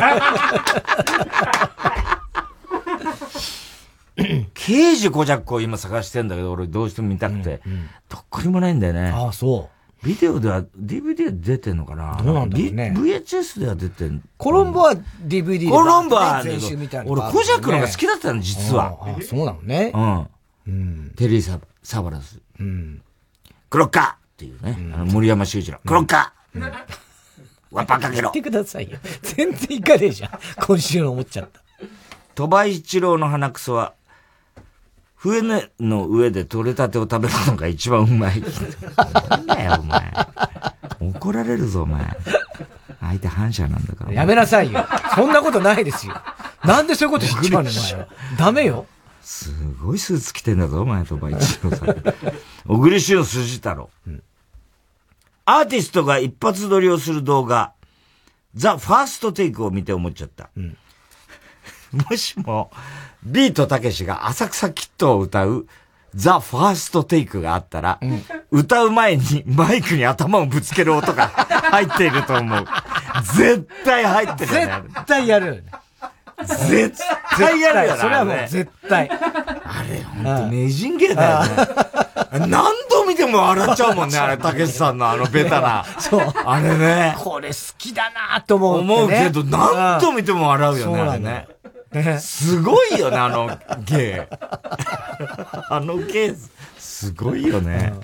刑事コジャックを今探してんだけど、俺どうしても見たくて、どっこにもないんだよね。 ああ、そう。 ビデオでは、DVD で出てんのかな？ どうなんだろうね。 VHS では出てん。 コロンボは DVD で。 コロンボは、 全集みたいな。 俺コジャックの方が好きだったの、実は。 ああ、そうなのね。 テリーサバラス。クロッカーっていうね。森山修一郎。クロッカーワッパかけろ。 言ってくださいよ。全然いかねえじゃん。今週の思っちゃった。 鳥羽一郎の鼻くそは、船の上で取れたてを食べるのが一番うまい。なんだよ、お前。怒られるぞ、お前。相手反射なんだから。 やめなさいよ。そんなことないですよ。なんでそういうこと言っちゃうの、お前は。ダメよ。 すごいスーツ着てんだぞ、お前、鳥羽一郎さん。小栗旬筋太郎。アーティストが一発撮りをする動画、ザ・ファーストテイクを見て思っちゃった。もしも、ビートたけしが浅草キッドを歌う、ザ・ファーストテイクがあったら、歌う前にマイクに頭をぶつける音が入っていると思う。絶対入ってるよね。 絶対やるよね。 絶対やるよね。 それはもう絶対。 あれ、ほんと名人芸だよね。何度見ても笑っちゃうもんね、あれ、たけしさんのベタな。 そう。 あれね。 これ好きだなと思う。 思うけど、何度見ても笑うよね、あれね。すごいよね、あの芸。あの芸、すごいよね。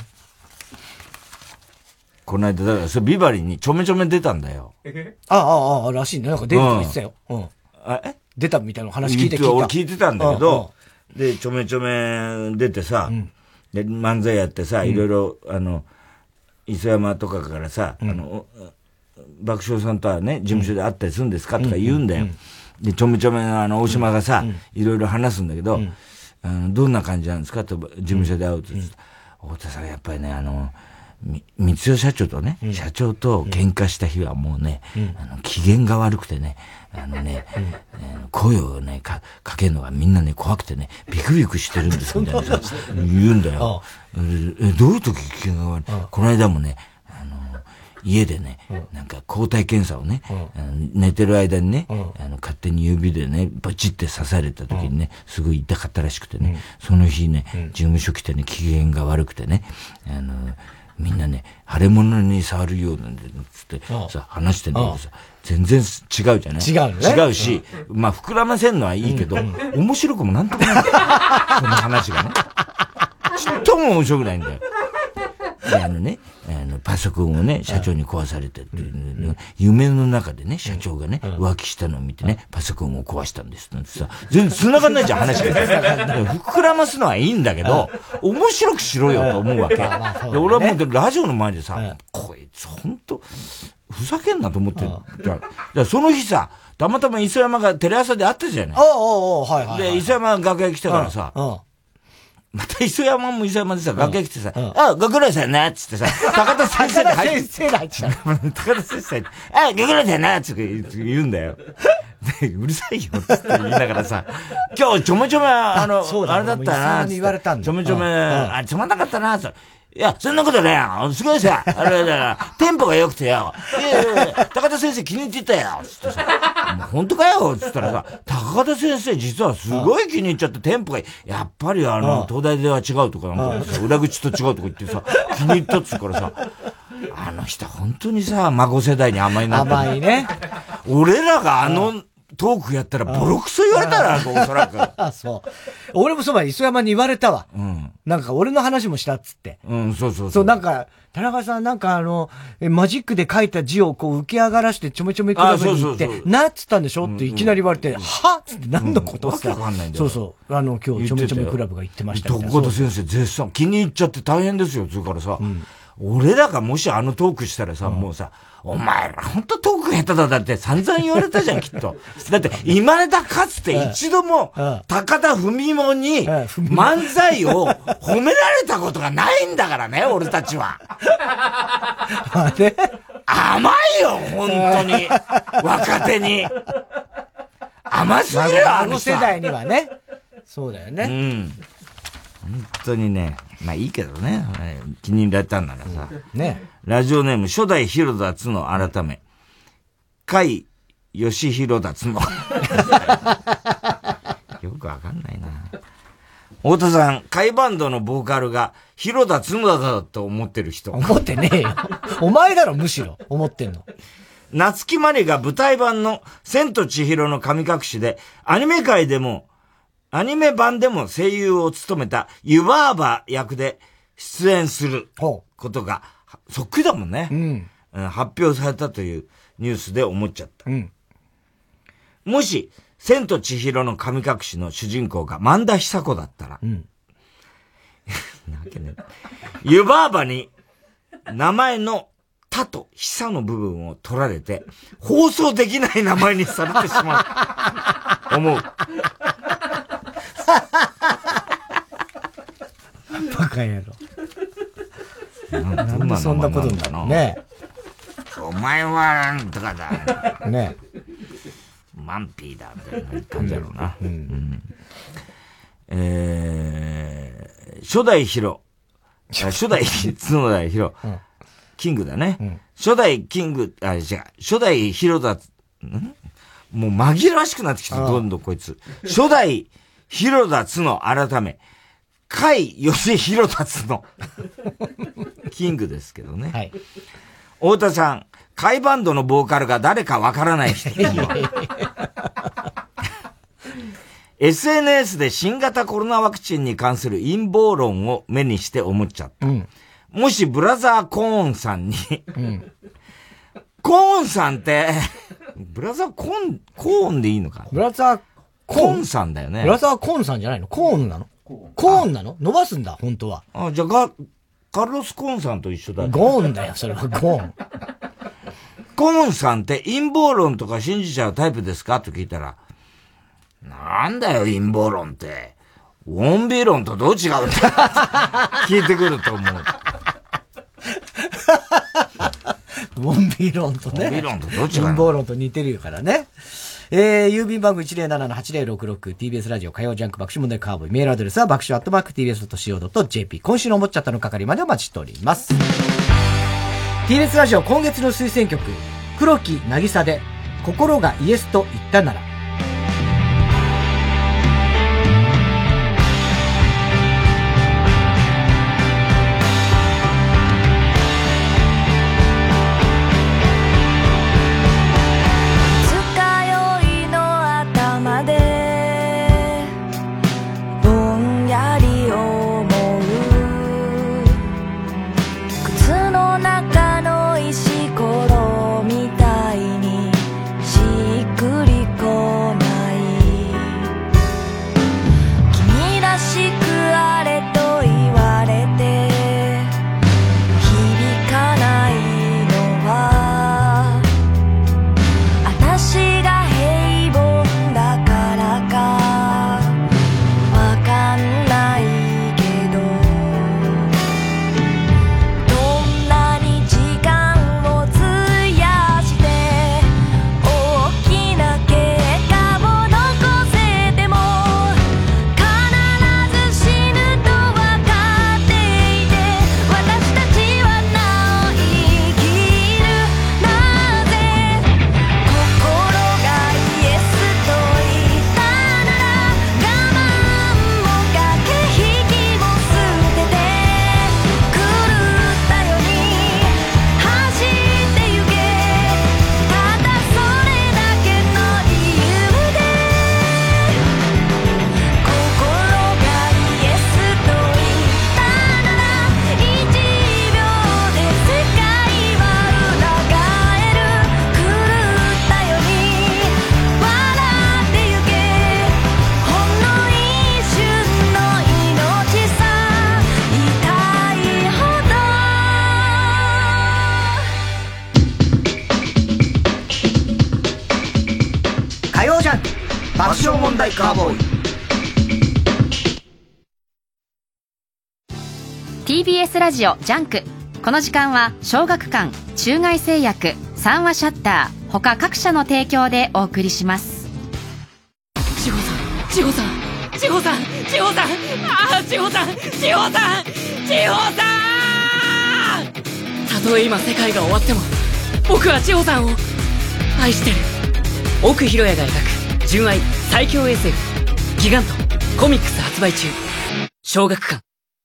この間、だから、それビバリーにちょめちょめ出たんだよ。 らしいね。なんか出ると言ってたよ。出たみたいな話聞いて俺聞いてたんだけど、で、ちょめちょめ出てさ、で、漫才やってさ、いろいろ、磯山とかからさ、爆笑さんとはね、事務所で会ったりするんですかとか言うんだよ。で、ちょめちょめの大島がさ、いろいろ話すんだけど、どんな感じなんですかと、事務所で会うと。太田さんやっぱりね、三代社長とね、社長と喧嘩した日はもうね、機嫌が悪くてね、声をね、かけるのがみんなね、怖くてね、ビクビクしてるんですみたいなさ、言うんだよ。どういう時機嫌が悪い？この間もね、家でね、なんか抗体検査をね、寝てる間にね、勝手に指でね、バチって刺された時にね、すごい痛かったらしくてね、その日ね、事務所来てね、機嫌が悪くてね、みんなね、腫れ物に触るようなんで、つってさ、話してんだけどさ、全然違うじゃない？違うし、まあ、膨らませんのはいいけど、面白くもなんともないんだよ。その話がね。ちっとも面白くないんだよ。で、パソコンをね、社長に壊されてっていう、夢の中でね、社長がね、浮気したのを見てね、パソコンを壊したんですなんてさ、全然繋がんないじゃん、話が。膨らますのはいいんだけど、面白くしろよと思うわけ。で、俺はもうラジオの前でさ、こいつほんと、ふざけんなと思ってる。その日さ、 たまたま磯山がテレ朝で会ったじゃない。 はいはい。 で、磯山が楽屋来たからさ、また磯山も磯山でさ、楽屋来てさ、ご苦労さんな、つってさ、高田先生で入って。高田先生、ご苦労さんな、つって言うんだよ。で、うるさいよ、つって言いながらさ、今日ちょめちょめ、あれだったな、 言われたんだ。 ちょめちょめ、つまんなかったな、つって。いや、そんなことねえ。すごいさ、あれだ、テンポが良くてよ。いや、高田先生気に入ってたよ。つってさ、もう本当かよつったらさ、高田先生実はすごい気に入っちゃってテンポが、やっぱり東大では違うとかなんかさ、裏口と違うとか言ってさ、気に入ったっつうからさ、あの人本当にさ、孫世代に甘いなって。 甘いね。 俺らがトークやったらボロクソ言われたら、おそらく。 そう。俺もそうば、磯山に言われたわ。なんか俺の話もしたっつって。そう、なんか、田中さんなんかマジックで書いた字をこう浮き上がらしてちょめちょめクラブに行って、なっつったんでしょっていきなり言われて、はっつって何のことわけわかんないんだよ。 そう、今日ちょめちょめクラブが言ってましたみたいな。 高田先生絶賛気に入っちゃって大変ですよ、つうからさ。俺らがもしトークしたらさ、もうさ、お前らほんとトーク下手だって散々言われたじゃん、きっと。だって、今ネタかつて一度も、高田文夫に漫才を褒められたことがないんだからね、俺たちは。甘いよ、ほんとに。若手に。甘すぎるよ、 あの世代にはね。そうだよね。 本当にね、まあいいけどね、気に入られたんならさ。 ね。 ラジオネーム、初代広田つの改め、甲斐義弘田つの。よくわかんないな。太田さん、甲斐バンドのボーカルが広田つのだと思ってる人。 思ってねえよ。お前だろ、むしろ。思ってんの。 夏木マリが舞台版の千と千尋の神隠しで、アニメ版でも声優を務めた湯婆婆役で出演することがそっくりだもんね。発表されたというニュースで思っちゃった。もし、千と千尋の神隠しの主人公が萬田久子だったら、湯婆婆に名前の田と久の部分を取られて、放送できない名前にされてしまう。思う。 バカ野郎。なんでそんなことになるのね。 お前はなんとかだ。 ね。 マンピーだ、みたいな感じだろうな。初代角田博、キングだね。初代広田、もう紛らわしくなってきて、どんどんこいつ。初代広田つの改め、甲斐義弘田つの。キングですけどね。はい。太田さん、甲斐バンドのボーカルが誰かわからない人。SNS で新型コロナワクチンに関する陰謀論を目にして思っちゃった。もしブラザーコーンさんに、コーンさんって、ブラザーコーンでいいのか？ ブラザーコーンさんだよね。 ブラザーコーンさんじゃないの？コーンなの？コーンなの？伸ばすんだ、本当は。 じゃあカルロス・コーンさんと一緒だ。 ゴーンだよ、それはゴーン。 コーンさんって陰謀論とか信じちゃうタイプですかと聞いたら、なんだよ陰謀論って。ウォンビー論とどう違うんだ聞いてくると思う。 ウォンビー論とね。 ウォンビー論とどう違う陰謀論と似てるからね。郵便番号 107-8066 TBS ラジオ火曜ジャンク爆笑問題カーボーイ。メールアドレスは爆笑@tbs.co.jp。今週のおもっちゃったの係までお待ちしております。TBS ラジオ今月の推薦曲、黒木渚で心がイエスと言ったなら。 しっくりこ爆笑問題カーボーイ。 TBS ラジオジャンク。この時間は小学館、中外製薬、三話シャッター他各社の提供でお送りします。 千穂さん、千穂さん、千穂さん、千穂さん、ああ千穂さん、千穂さん、千穂さん。たとえ今世界が終わっても僕は千穂さんを愛してる。奥博也が描く純愛最強 SF ギガントコミックス発売中。小学館。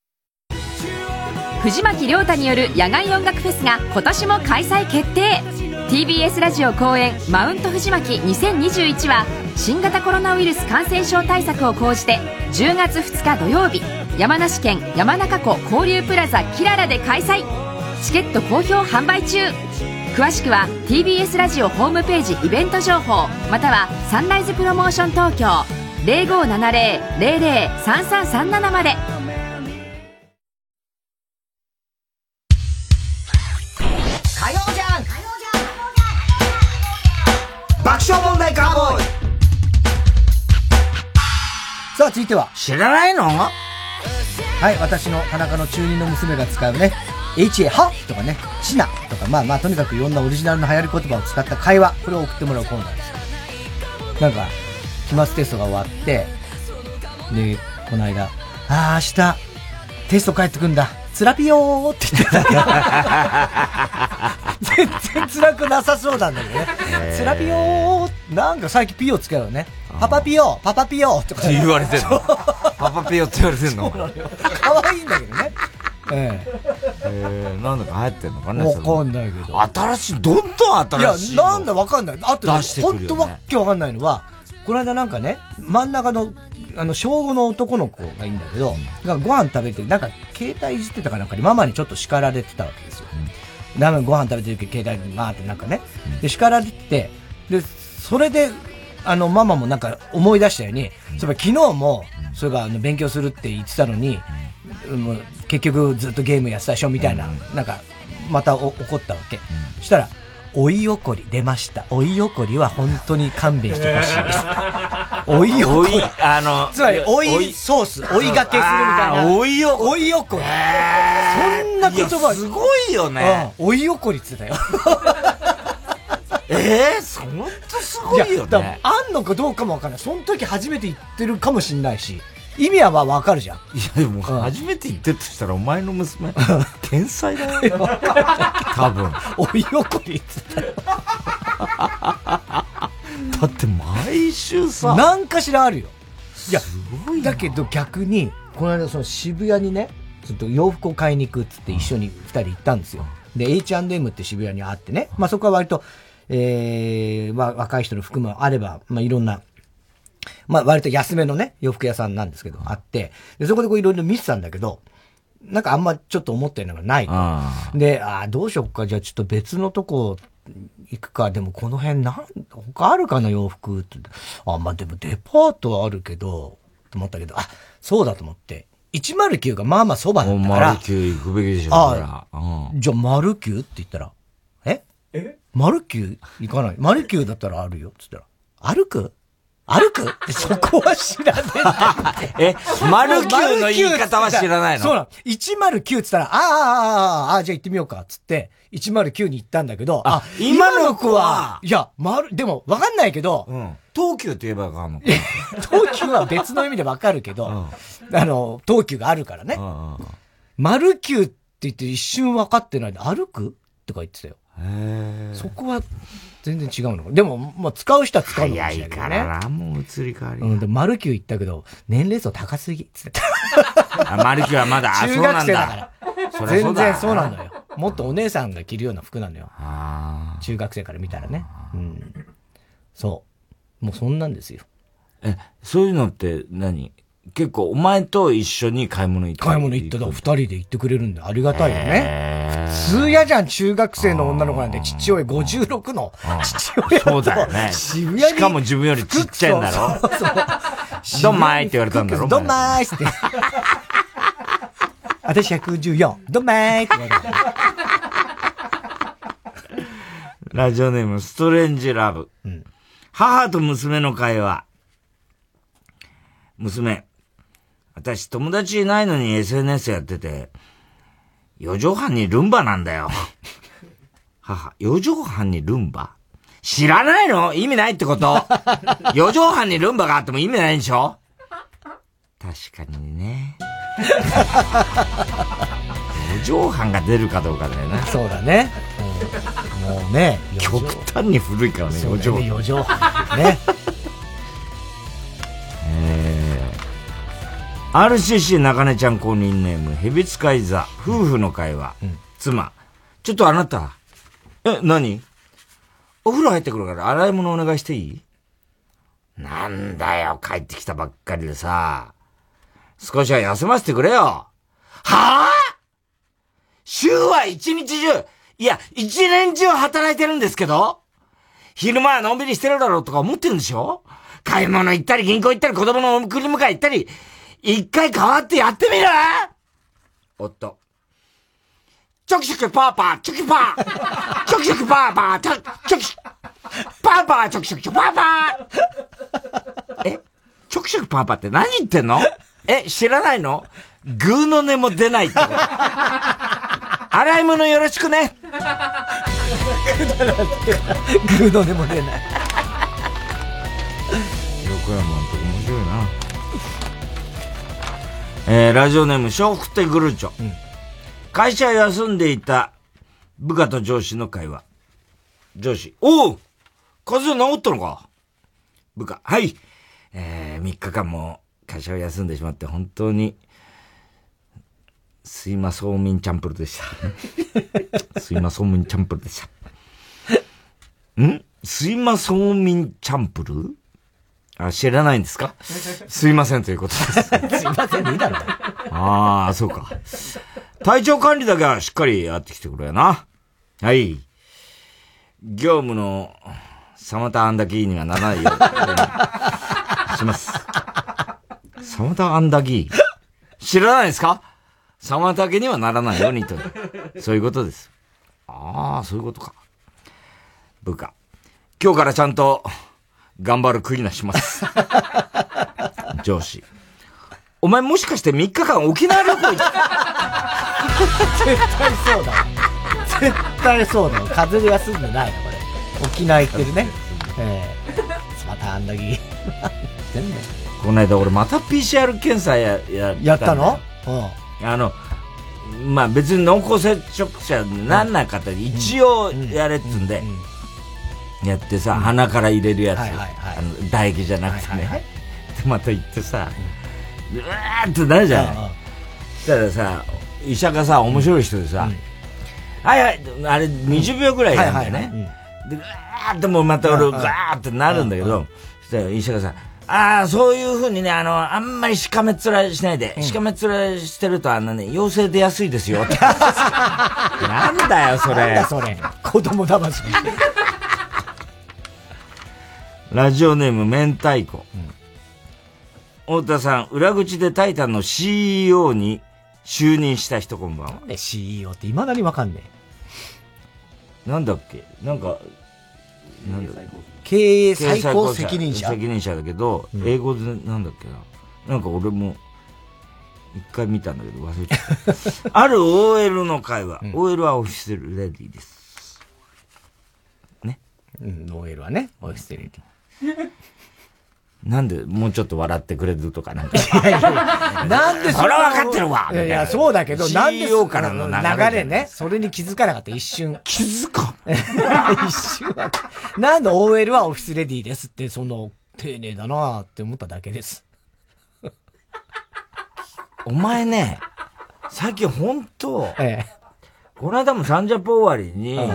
藤巻亮太による野外音楽フェスが今年も開催決定。 TBS ラジオ公演マウント藤巻2021は新型コロナウイルス感染症対策を講じて10月2日土曜日、山梨県山中湖交流プラザキララで開催。チケット好評販売中。詳しくは TBS ラジオホームページイベント情報またはサンライズプロモーション東京 0570-003337 まで。 火曜じゃん爆笑問題カーボーイ。さあ続いては知らないの？ はい、私の田中の中二の娘が使うね HA はとかねシナとかまあとにかくいろんなオリジナルの流行り言葉を使った会話、これを送ってもらうコーナーです。なんか期末テストが終わってでこの間明日テスト帰ってくんだつらぴよーって言ってたけど全然辛くなさそうなんだけどね。つらぴよーなんか最近ピヨつけるのね。パパピヨパパピヨとかって言われてんの。パパピヨって言われてんの。 可愛いんだけどね。 なんだか流行ってんのかね。 わかんないけど。 新しい、どんどん新しい。 いや、なんだわかんない。あと、 出してくるよね。 ほんとわけわかんないのは、この間なんかね、真ん中の、小5の男の子がいいんだけど、ご飯食べて、なんか、携帯いじってたかなんかにママにちょっと叱られてたわけですよ。ダメ、ご飯食べてるけど、携帯にまーってなんかね。で、叱られて、で、それで、ママもなんか思い出したように、そういえば昨日も、それが勉強するって言ってたのに、もう結局ずっとゲームやってたでしょみたいな、なんか、また怒ったわけ。したら、追い怒り出ました。追い怒りは本当に勘弁してほしいです。追い怒り。つまり、追いソース、追いがけするみたいな。 追い怒り。 そんな言葉。 すごいよね。 追い怒りって言ってたよ。 ほんとすごいよね。 あんのかどうかもわかんない。その時初めて言ってるかもしんないし。意味はわかるじゃん。 いやでも初めて言ってるとしたらお前の娘天才だよ。多分。 追い怒りって言ったよ。 だって毎週さ。 なんかしらあるよ。いや、だけど逆に、この間その渋谷にね、ちょっと洋服を買いに行くっつって一緒に二人行ったんですよ。で、H&M って渋谷にあってね。まあそこは割と、若い人の服もあれば、まあいろんな、まあ割と安めのね、洋服屋さんなんですけど、あって、で、そこでこういろいろ見てたんだけど、なんかあんまちょっと思ったようなのがないと。で、どうしよっか、じゃあちょっと別のとこ行くか、でもこの辺他あるかな洋服って。まあでもデパートはあるけど、と思ったけど、そうだと思って、109がまあまあそばだったから。 109行くべきでしょ、 じゃあ109って言ったら、109行かない。109だったらあるよ。つったら、歩くってそこは知らねえんだって。 109の言い方は知らないの？ そうなの。109って言ったら、じゃあ行ってみようか。つって、109に行ったんだけど、 今の子は、 いや、でもわかんないけど、 東急って言えばわかんの？ 東急は別の意味でわかるけど、東急があるからね。109って言って一瞬分かってないで、歩くとか言ってたよ。そこは全然違うの。でも、まあ、使う人は使うのかもしれないけどね。 早いからな、もう移り変わり。 で、109行ったけど、年齢層高すぎ、つってた。 109はまだ、 中学生だから。全然そうなのよ。もっとお姉さんが着るような服なのよ。中学生から見たらね。そう。もうそんなんですよ。 そういうのって何？結構お前と一緒に買い物行ったら二人で行ってくれるんでありがたいよね。普通嫌じゃん、中学生の女の子なんで、父親56の父親と。 そうだよね。 渋谷に。 しかも自分よりちっちゃいんだろ？どんまーいって言われたんだろ？ どんまーいって。私114。どんまーいって言われた。 ラジオネームストレンジラブ。母と娘の会話。 娘。私友達いないのに SNS やってて、4畳半にルンバなんだよ。母、4畳半にルンバ？知らないの？意味ないってこと。4畳半にルンバがあっても意味ないんでしょ？確かにね。4畳半が出るかどうかだよね。 そうだね。もうね、 極端に古いからね、4畳半。 4畳半ね。 RCC 中根ちゃん公認ネーム、蛇使い座、夫婦の会話、妻。ちょっとあなた。何？お風呂入ってくるから洗い物お願いしていい？なんだよ、帰ってきたばっかりでさ。少しは休ませてくれよ。はぁ？週は一日中、いや、一年中働いてるんですけど、昼間はのんびりしてるだろうとか思ってるんでしょ？買い物行ったり銀行行ったり子供の送り迎え行ったり、一回変わってやってみる？夫。チョキチョキパーパー、チョキパー。チョキチョキパーパー、チョキ、パーパー、チョキチョキパーパー。チョキチョキパーパーって何言ってんの？知らないの？グーの音も出ないってこと。洗い物よろしくね。 グーの音も出ない。 横山のとこ面白いな。ラジオネーム、笑福亭グルーチョ。会社休んでいた部下と上司の会話。上司、おう！風邪治ったのか？部下、はい。3日間も会社を休んでしまって本当に、睡魔そうみんチャンプルでした。睡魔そうみんチャンプルでした。睡魔そうみんチャンプル？知らないんですか？すいませんということです。 すいませんでいいだろ。 ああ、そうか。体調管理だけはしっかりやってきてくれよな。はい。業務のサマタアンダギーにはならないようにします。サマタアンダギー知らないですか？サマタケにはならないようにと。そういうことです。ああ、そういうことか。部下。今日からちゃんと頑張るクリナします。上司。お前もしかして3日間沖縄旅行行った？ 絶対そうだ。絶対そうだよ。風で休んでないの、これ。沖縄行ってるね。またあんだけ。 この間俺また PCR 検査やったの？ まあ別に濃厚接触者になんなかったら一応やれっつんで、やってさ、鼻から入れるやつ。唾液じゃなくてね。で、また行ってさ、うわーってなるじゃない。そしたらさ、医者がさ、面白い人でさ、はいはい、あれ20秒ぐらいやるんだよね。で、うわーってもうまた俺、ガーってなるんだけど、そしたら医者がさ、そういう風にね、あんまりしかめっ面しないで、しかめっ面してると陽性出やすいですよって。なんだよ、それ。 なんだそれ。子供騙し。 ラジオネーム、明太子。太田さん、裏口でタイタンの CEO に就任した人こんばんは。 なんで CEO って未だにわかんねえ。なんだっけなんだ経営最高責任者。 責任者だけど、英語でなんだっけな。なんか俺も、一回見たんだけど忘れちゃった。ある OL の会話。OL はオフィスレディです。ね。 OL はね、オフィスレディ。 なんでもうちょっと笑ってくれるとかなんか。 なんでそれは分かってるわ。 いや、そうだけど、なんで CEO からの流れね。それに気づかなかった、一瞬。 気づか一瞬は。なんで OL はオフィスレディですって、丁寧だなって思っただけです。 お前ね、最近ほんと、この間もサンジャポ終わりに、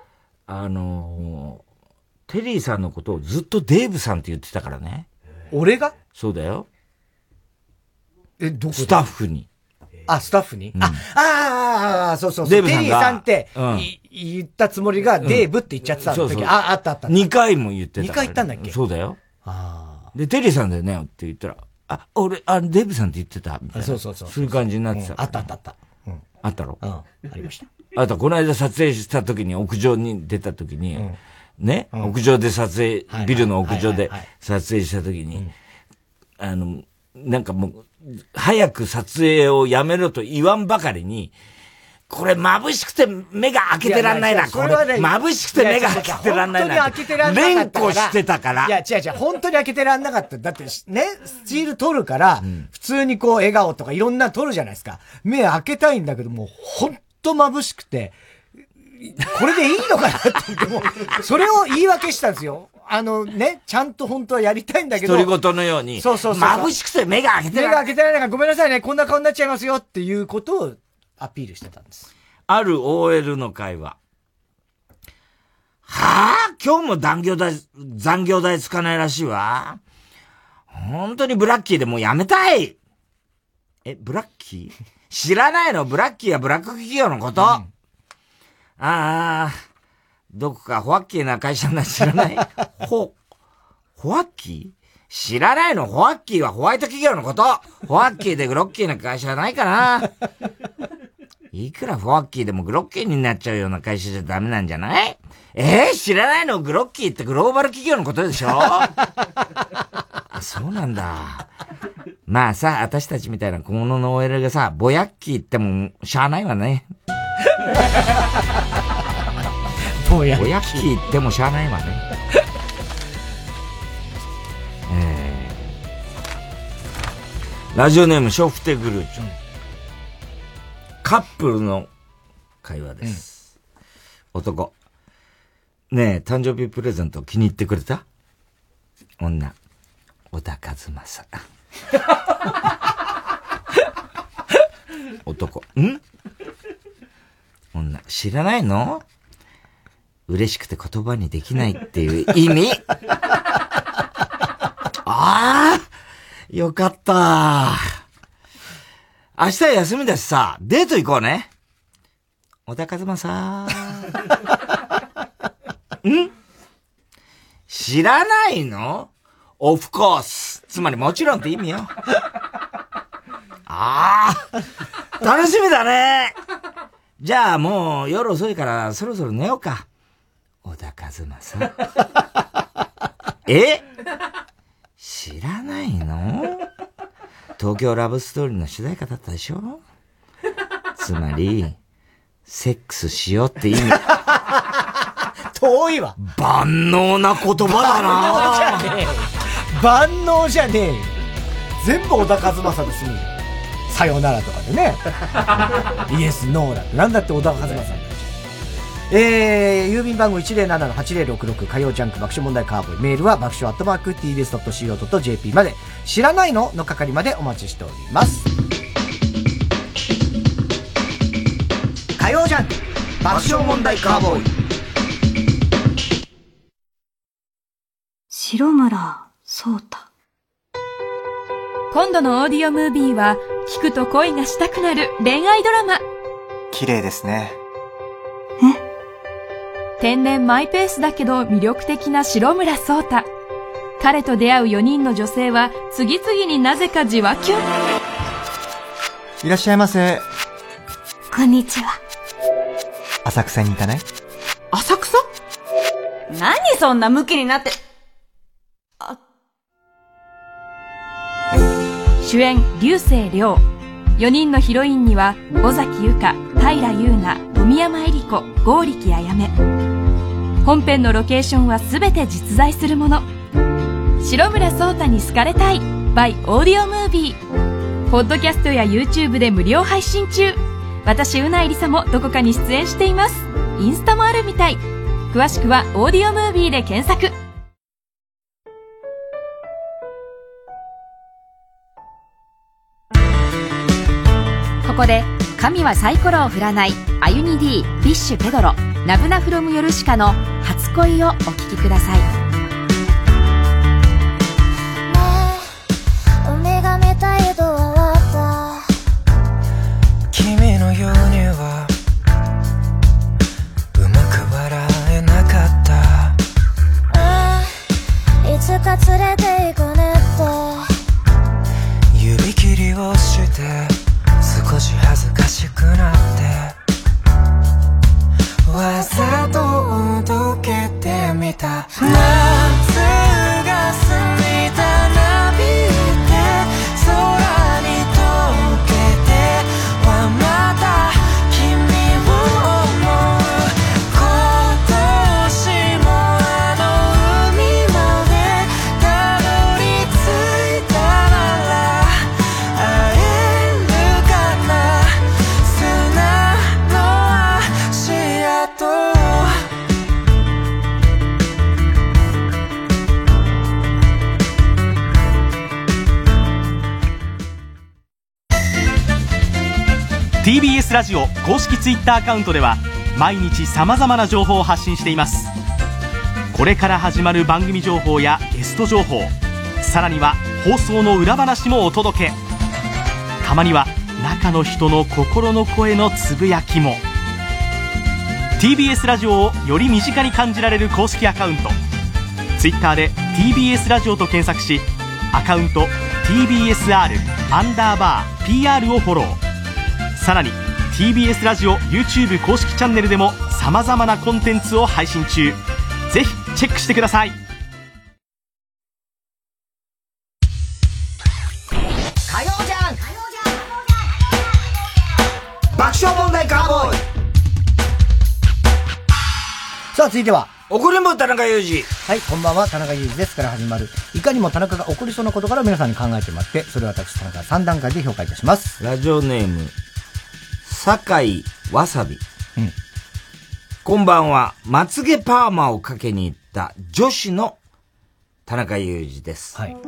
テリーさんのことをずっとデーブさんって言ってたからね。 俺が？ そうだよ。 どこ？ スタッフに。 スタッフに？そうそう。 デーブさんが。 テリーさんって、言ったつもりが、デーブって言っちゃってた時。 そうあった。 2回も言ってた。 2回言ったんだっけ？ そうだよ。で、テリーさんだよねって言ったら、俺、デーブさんって言ってたみたいな。 そう。 そういう感じになってた。 あった。 あったろ？ ありました。 あと、この間撮影した時に、屋上に出た時に、ね、屋上で撮影、ビルの屋上で撮影した時に、 なんかもう、早く撮影をやめろと言わんばかりに、これ眩しくて目が開けてらんないな。これ眩しくて目が開けてらんないな。 本当に開けてらんなかったから。 連呼してたから。 いや、違う。本当に開けてらんなかった。だってね、スチール撮るから、普通にこう笑顔とかいろんな撮るじゃないですか。目開けたいんだけど、もうほんと眩しくて、これでいいのかなって言っても、それを言い訳したんですよ。ちゃんと本当はやりたいんだけど。 独り言のように。 そう。 眩しくて目が開けてらんない。 目が開けてらんないからごめんなさいね。こんな顔になっちゃいますよっていうことをアピールしてたんです。 ある OL の会話。はぁ、今日も残業代つかないらしいわ。本当にブラッキーでもうやめたい。ブラッキー知らないの？ブラッキーはブラック企業のこと。どこかホワッキーな会社なんて知らないホワッキー知らないの？ホワッキーはホワイト企業のこと。ホワッキーでグロッキーな会社はないかな。いくらホワッキーでもグロッキーになっちゃうような会社じゃダメなんじゃない？知らないの？グロッキーってグローバル企業のことでしょそうなんだ。まあさ、私たちみたいな小物の OL がさ、ボヤッキーってもしゃあないわね。ボヤッキーってもしゃあないわね。ラジオネームショフテグルーチョン。カップルの会話です。男。ねえ、誕生日プレゼント気に入ってくれた？女。小田和正。男。女。知らないの？嬉しくて言葉にできないっていう意味。よかった。明日休みだしさ、デート行こうね。小田和正。知らないの？ Of course。つまりもちろんって意味よ。楽しみだね。じゃあもう夜遅いからそろそろ寝ようか。小田和正。知らないの？東京ラブストーリーの主題歌だったでしょ？つまり、セックスしようって意味。 遠いわ。 万能な言葉だな。 万能じゃねえよ。全部小田和正で済むよ。さよならとかでね。イエス、ノーだって。なんだって小田和正だ。郵便番号 107-8066 火曜ジャンク爆笑問題カーボーイ。メールは爆笑@tbs.co.jp まで。知らないの？の係までお待ちしております。火曜ジャンク爆笑問題カーボーイ。 白村聡太。 今度のオーディオムービーは聞くと恋がしたくなる恋愛ドラマ。 綺麗ですね。 天然マイペースだけど魅力的な白村聡太。彼と出会う4人の女性は次々になぜかじわキュン。 いらっしゃいませ。 こんにちは。 浅草に行かない？ 浅草？何そんなムキになって。 主演竜星涼。4人のヒロインには尾崎由香、平優奈、富山恵里子、剛力彩芽。本編のロケーションはすべて実在するもの。白村聡太に好かれたい by オーディオムービー。ポッドキャストや YouTube で無料配信中。私うないりさもどこかに出演しています。インスタもあるみたい。詳しくはオーディオムービーで検索。ここで神はサイコロを振らないアユニ D、フィッシュペドロ、ナブナフロムヨルシカの初恋をお聞きください。 ウミガメ態度は君のようにはうまく笑えなかった。いつか連れて行くねって指切りをして少し恥ずかしくなってわざとおどけてみた。夏が過ぎたなびいてそ TBS ラジオ公式ツイッターアカウントでは毎日様々な情報を発信しています。これから始まる番組情報やゲスト情報、さらには放送の裏話もお届け。たまには中の人の心の声のつぶやきも。 TBS ラジオをより身近に感じられる公式アカウント、ツイッターで TBS ラジオと検索し、アカウント TBSR_PR をフォロー。さらに TBS ラジオ YouTube 公式チャンネルでも様々なコンテンツを配信中。ぜひチェックしてください。 火曜じゃん爆笑問題カーボーイ。さあ続いては怒りんぼ田中裕二。 はい、こんばんは、田中裕二ですから始まる。いかにも田中が怒りそうなことから皆さんに考えてもらって、それを私田中3段階で評価いたします。 ラジオネーム酒井わさび。こんばんは。まつげパーマをかけに行った女子の田中裕二です。はい。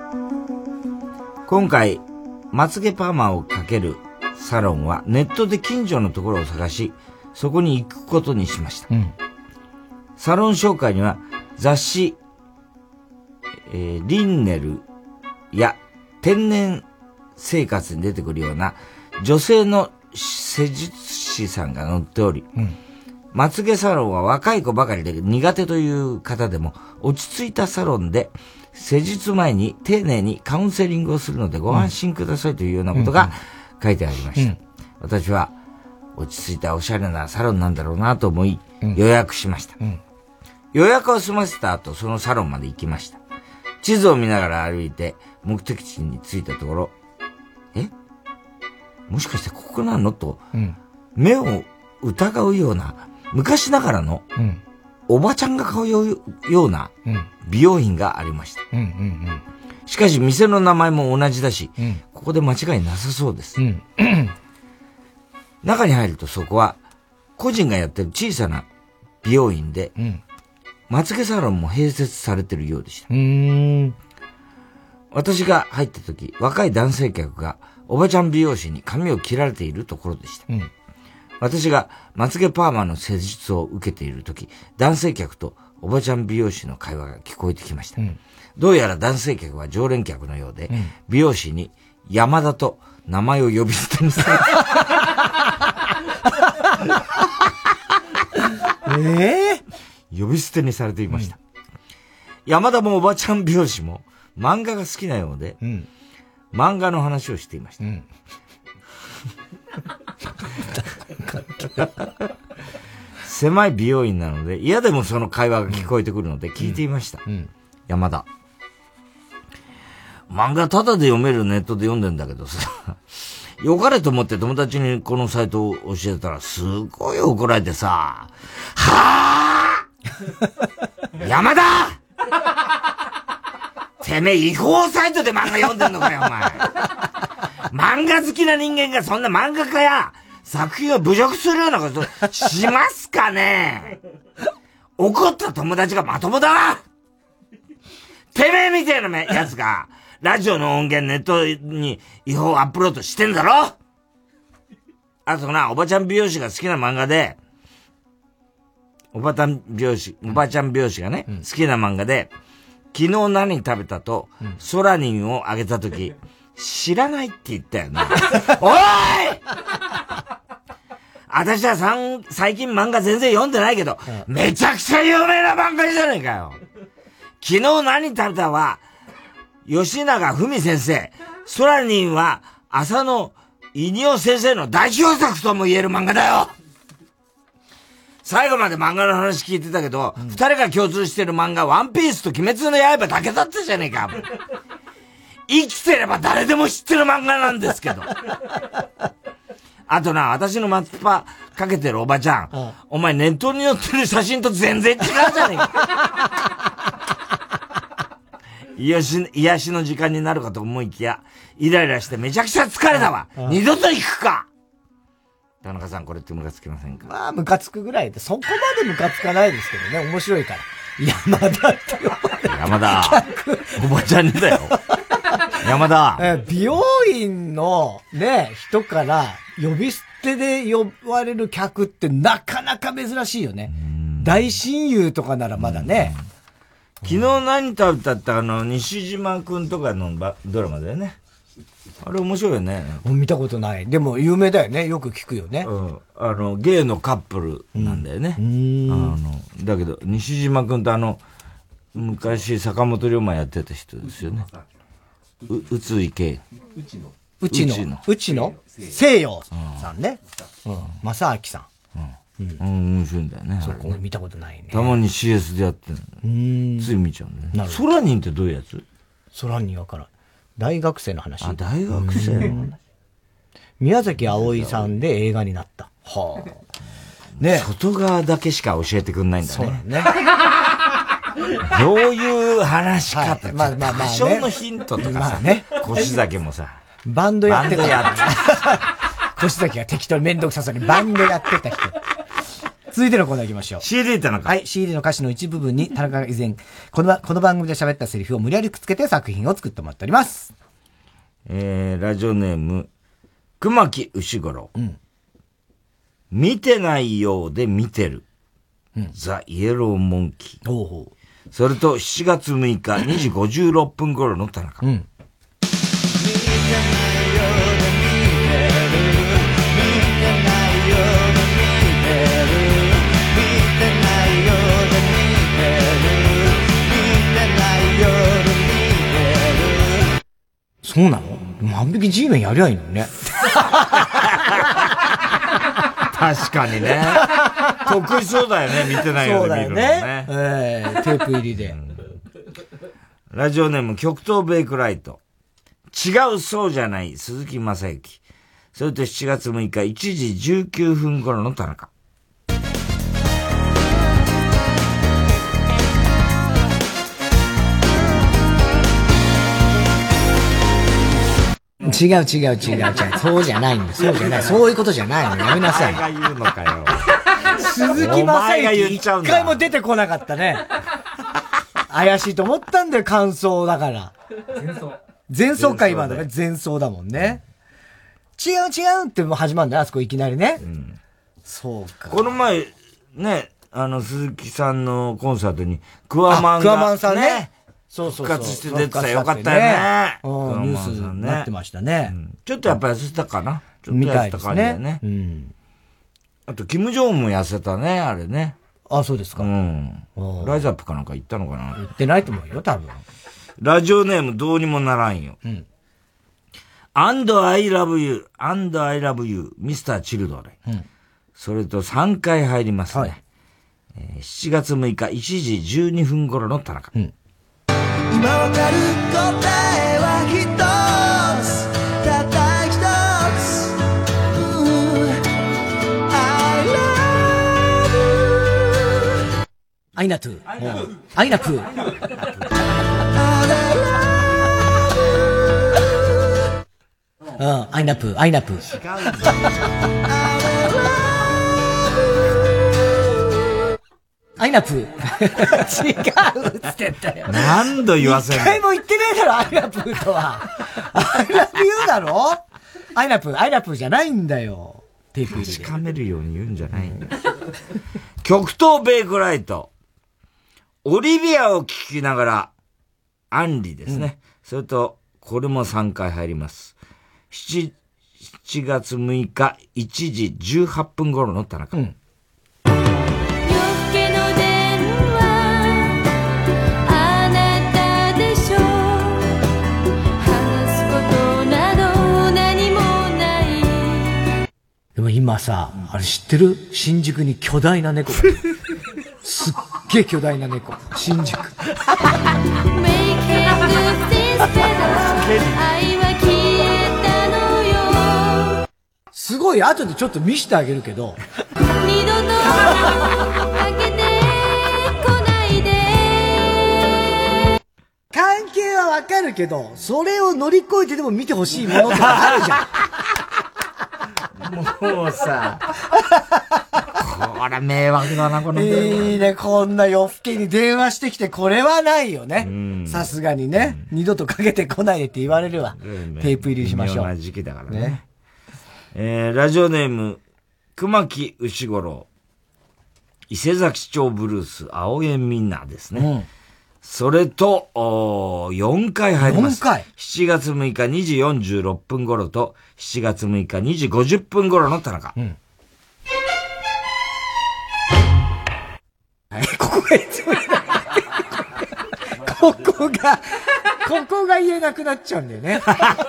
今回、まつげパーマをかけるサロンはネットで近所のところを探し、そこに行くことにしました。サロン紹介には雑誌、リンネルや天然生活に出てくるような女性の施術師さんが載っており、まつげサロンは若い子ばかりで苦手という方でも落ち着いたサロンで施術前に丁寧にカウンセリングをするのでご安心くださいというようなことが書いてありました。私は落ち着いたおしゃれなサロンなんだろうなと思い予約しました。予約を済ませた後、そのサロンまで行きました。地図を見ながら歩いて目的地に着いたところ、もしかしてここなのと、目を疑うような昔ながらのおばちゃんが通うような美容院がありました。しかし店の名前も同じだし、ここで間違いなさそうです。中に入るとそこは個人がやってる小さな美容院で、まつげサロンも併設されてるようでした。私が入った時、若い男性客がおばちゃん美容師に髪を切られているところでした。私がまつげパーマの施術を受けている時、男性客とおばちゃん美容師の会話が聞こえてきました。どうやら男性客は常連客のようで、美容師に山田と名前を呼び捨てにされ呼び捨てにされていました。山田もおばちゃん美容師も漫画が好きなようで、漫画の話をしていました。狭い美容院なので、嫌でもその会話が聞こえてくるので聞いていました。山田。漫画タダで読めるネットで読んでんだけどさ、よかれと思って友達にこのサイトを教えたらすごい怒られてさ、はぁ山田てめえ違法サイトで漫画読んでんのかよお前。漫画好きな人間がそんな漫画家や作品を侮辱するようなことしますかね。怒った友達がまともだわ。てめえみたいなやつがラジオの音源ネットに違法アップロードしてんだろ。あとな、おばちゃん美容師が好きな漫画で、おばちゃん美容師がね、好きな漫画で、昨日何食べたと、ソラニンをあげたとき、知らないって言ったよな。おい私は最近漫画全然読んでないけど、めちゃくちゃ有名な漫画じゃねえかよ。昨日何食べたは、吉永文先生。ソラニンは、浅野稲夫先生の代表作とも言える漫画だよ。最後まで漫画の話聞いてたけど、二人が共通してる漫画、ワンピースと鬼滅の刃だけだったじゃねえか。生きてれば誰でも知ってる漫画なんですけど。あとな、私の松葉かけてるおばちゃん、お前ネットに載ってる写真と全然違うじゃねえか。癒しの時間になるかと思いきや、イライラしてめちゃくちゃ疲れたわ。二度と行くか。田中さん、これってムカつきませんか？ まあ、ムカつくぐらいで、そこまでムカつかないですけどね、面白いから。山田って山田。おばちゃんにだよ。山田。 美容院のね、人から呼び捨手で呼ばれる客ってなかなか珍しいよね。大親友とかならまだね。 昨日何食べたって西島くんとかのドラマだよね。あれ面白いよね。 見たことない。でも有名だよね。よく聞くよね。 ゲイのカップルなんだよね。だけど、西島くんと昔坂本龍馬やってた人ですよね。宇津井健。 うちの西洋さんね。正明さん。 面白いんだよね。 そう、見たことないね。 たまに CS でやってるの。つい見ちゃうんだね。ソラニンってどういうやつ？ ソラニンわからん。大学生の話。 大学生宮崎あおいさんで映画になった。はあ。ね、 外側だけしか教えてくんないんだね。 そうね。 どういう話かって、 まあ多少のヒントとかさ、ね、越崎もさ、 バンドやってた。越崎が適当にめんどくさそうにバンドやってた人。続いてのコーナー行きましょう。 CD 田中。 はい、CD の歌詞の一部分に田中が以前、この番組で喋ったセリフを無理やりくっつけて作品を作ってもらっております。 ラジオネーム、熊木牛五郎。見てないようで見てる。ザ・イエローモンキー。それと7月6日2時56分頃の田中。 そうなの？万引き G メンやりゃいいのね。 確かにね。得意そうだよね、見てないようで見るのね。 そうだよね。テープ入りで。 ラジオネーム極東ベイクライト。違うそうじゃない鈴木正幸。それと7月6日1時19分頃の田中。 違う。そうじゃないんだ。そうじゃない。そういうことじゃないの。やめなさい。 お前が言うのかよ。 鈴木正幸一回も出てこなかったね。怪しいと思ったんだよ、感想だから。前奏か今のね、前奏だもんね。違うってもう始まるんだよ、あそこいきなりね。そうか。 この前、ね、鈴木さんのコンサートに、クワマンさんね。 復活して出てたよかったよね。 ニュースになってましたね。 ちょっとやっぱ痩せたかな。ちょっと痩せた感じだよね。あと、キム・ジョンも痩せたね、あれね。 あ、そうですか。 ライズアップかなんか行ったのかな。 行ってないと思うよ、多分。 ラジオネームどうにもならんよ。And I love you, Mr. Children。それと3回入りますね。7月6日1時12分頃の田中。 今わかる答えは一つ、たった一つ。 アイナトゥ。アイナプー。アイナプー。アイナプー。違うっつってんだよ。 何度言わせんの？ 一回も言ってねえだろ、アイナプーとは。アイナプーだろ？アイナプーじゃないんだよ。テープ入れて。 確かめるように言うんじゃないんだよ。極東ベイクライト。オリビアを聴きながら、アンリですね。それと、これも3回入ります。7月6日1時18分頃の田中。 でも今さ、あれ知ってる？新宿に巨大な猫がいる。すっげえ巨大な猫。新宿。すごい、後でちょっと見せてあげるけど。二度と開けてこないで。関係はわかるけど、それを乗り越えてでも見てほしいものとかあるじゃん。 もうさ、これ迷惑だな、このいいね、こんな夜更けに電話してきて、これはないよね。さすがにね、二度とかけてこないでって言われるわ。テープ入りしましょう。 微妙な時期だからね。 ラジオネーム、熊木牛五郎。伊勢崎町ブルース、青江みんなですね。うん、それと、4回入ります。4回 ?7 月6日2時46分頃と、7月6日2時50分頃の田中。うん、 ここがいつもここが言えなくなっちゃうんだよね。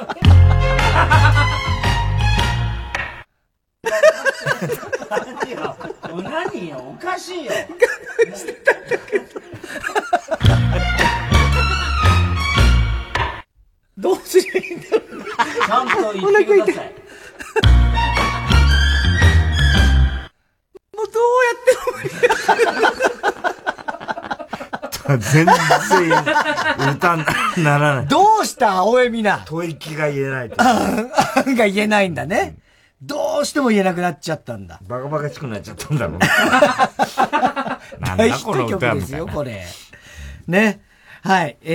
何よ、おかしいよ。 どうすりゃいいんだろう。 ちゃんと言ってください。 もうどうやっても全然歌にならない。 どうした青江美奈。 吐息が言えないと。 が言えないんだね。どうしても言えなくなっちゃったんだ。 バカバカしくなっちゃったんだろう。 なんだこの歌ですよ、これ。ね。はい。と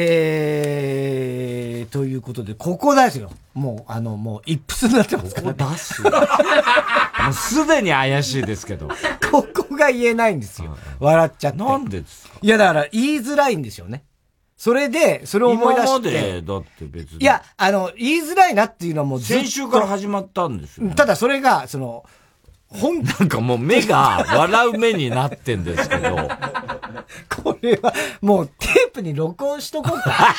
いうことで、ここですよ。もう、もう、一筆になってますから、ね。 ここ出すもうすでに怪しいですけど。 ここが言えないんですよ。笑っちゃって。 なんでですか？ いや、だから、言いづらいんですよね。それで、それを思い出して。 今まで、だって別に。 いや、言いづらいなっていうのはもう先週から始まったんですよ、ね。 ただそれが、 なんかもう目が笑う目になってんですけど。 これは、もうテープに録音しとこうか。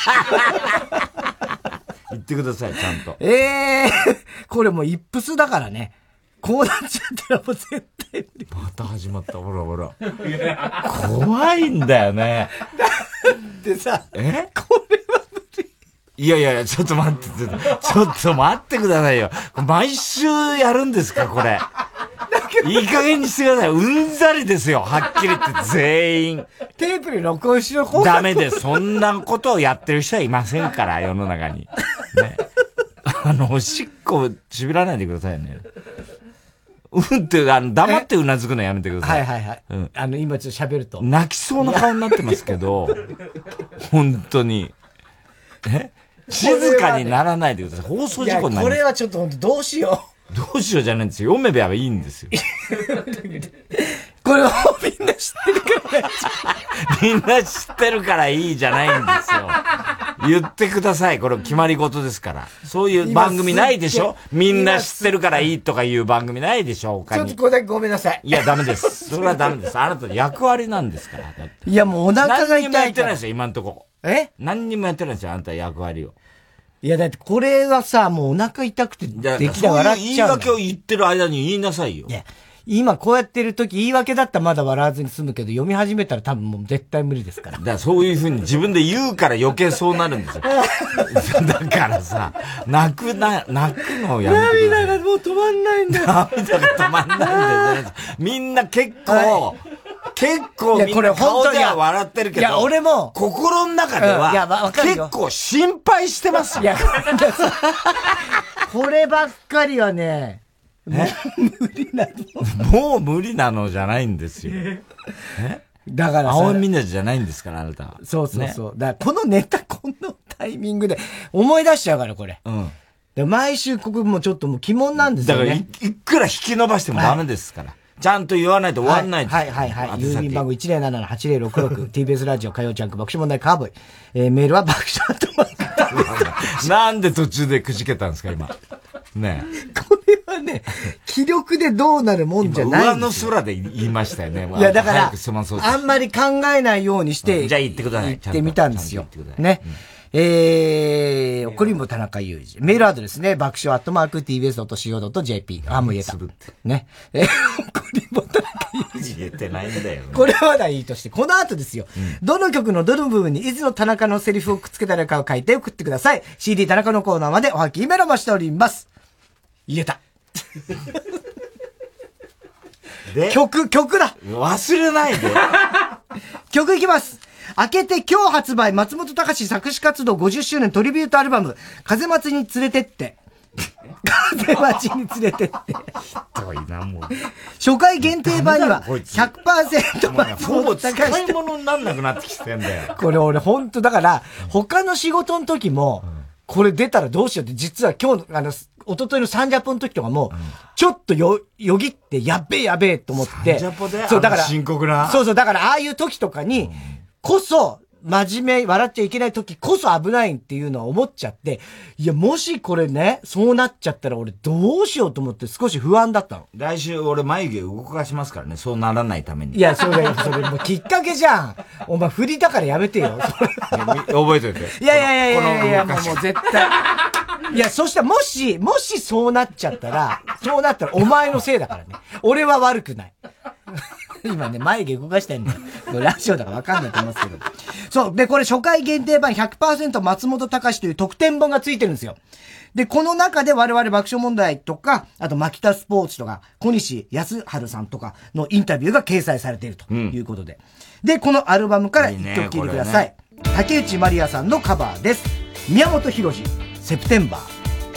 言ってください、ちゃんと。 これもう一筆だからね。こうなっちゃったらもう絶対無理。 また始まった、ほらほら。怖いんだよね。 でさ、 これは無理。いやいや、ちょっと待って、ちょっと待ってくださいよ。毎週やるんですか、これ。いい加減にしてください。うんざりですよ、はっきり言って全員。 テープに録音しろ、こう。 ダメです。そんなことをやってる人はいませんから、世の中に。ね。おしっこちびらないでくださいね。うんって、黙ってうなずくのやめてください。 はいはいはい。うん、今ちょっと喋ると。 泣きそうな顔になってますけど、本当に。静かにならないでください。放送事故になります。 これはちょっと本当どうしよう。 どうしようじゃないんですよ。読めばいいんですよ。 これはみんな知ってるから。 みんな知ってるからいいじゃないんですよ。言ってください。これ決まり事ですから。そういう番組ないでしょ？みんな知ってるからいいとかいう番組ないでしょ？他に。 ちょっとこれだけごめんなさい。 いや、ダメです。それはダメです。あなたの役割なんですから。 いや、もうお腹が痛いから。 何にもやってないですよ、今んとこ。何にもやってないですよ、あなた役割を。 いや、だってこれはさ、もうお腹痛くてできた笑っちゃう。 そういう言い訳を言ってる間に言いなさいよ。 いや、今こうやってる時言い訳だったらまだ笑わずに済むけど、読み始めたら多分もう絶対無理ですから。 だからそういう風に自分で言うから余計そうなるんですよ。だからさ、泣くのをやめてください。 涙がもう止まんないんだよ。 涙が止まんないんだよ。みんな結構みんな顔では笑ってるけど、 いや、俺も、 心の中では、結構心配してますよ。 いや、こればっかりはね、もう無理なのじゃないんですよ。 だから青いみんなじゃないんですから、あなたは。 そうそうそう。だからこのネタ、このタイミングで思い出しちゃうから、これ。で毎週ここもちょっともう鬼門なんですよね。 だからいくら引き伸ばしてもダメですから。ちゃんと言わないと終わんないです。 はい。郵便番号 107-8066 TBS ラジオ火曜ジャンク爆笑問題カーボーイ。メールは爆笑 @なんで途中でくじけたんですか、今。ねこれはね、気力でどうなるもんじゃないんですよ。 上の空で言いましたよね。 いや、だから、あんまり考えないようにして、 じゃあ言ってください。 言ってみたんですよ。ね。怒りんぼ田中裕二。メールアドレスね、爆笑@tbs.co.jp。もう言えた。ね。怒りんぼ田中裕二。 言えてないんだよね。 これはないいとして、この後ですよ。どの曲のどの部分にいつの田中のセリフをくっつけたのかを書いて送ってください。CD 田中のコーナーまでおはきメロもしております。言えた。曲だ。 忘れないで。 曲いきます。明けて今日発売、松本隆作詞活動50周年トリビュートアルバム、風待ちに連れてって。風待ちに連れてって。 ひどいな、もう。 初回限定版には 100% 松本隆。使い物になんなくなってきてんだよ。 これ俺ほんと、だから、他の仕事の時も、これ出たらどうしようって、実は今日、 一昨日のサンジャポの時とかも、ちょっとよぎって、やっべえと思って。 サンジャポでそう、だから、 深刻な。 そう、だから、ああいう時とかに、こそ、真面目、笑っちゃいけない時こそ危ないっていうのは思っちゃって、いや、もしこれね、そうなっちゃったら俺どうしようと思って少し不安だったの。 来週俺眉毛動かしますからね、そうならないために。 いや、それもうきっかけじゃん。お前振りだからやめてよ。 覚えといて。 いや、もう絶対。いや、そしたらもしそうなっちゃったら、お前のせいだからね。俺は悪くない。今ね、眉毛動かしたいんだよ。ラジオだからわかんないと思いますけど。そう。で、これ初回限定版 100% 松本隆という特典本がついてるんですよ。で、この中で我々爆笑問題とか、あとマキタスポーツとか、小西康晴さんとかのインタビューが掲載されているということで。で、このアルバムから一曲聴いてください。竹内まりやさんのカバーです。宮本浩次、セプテンバー。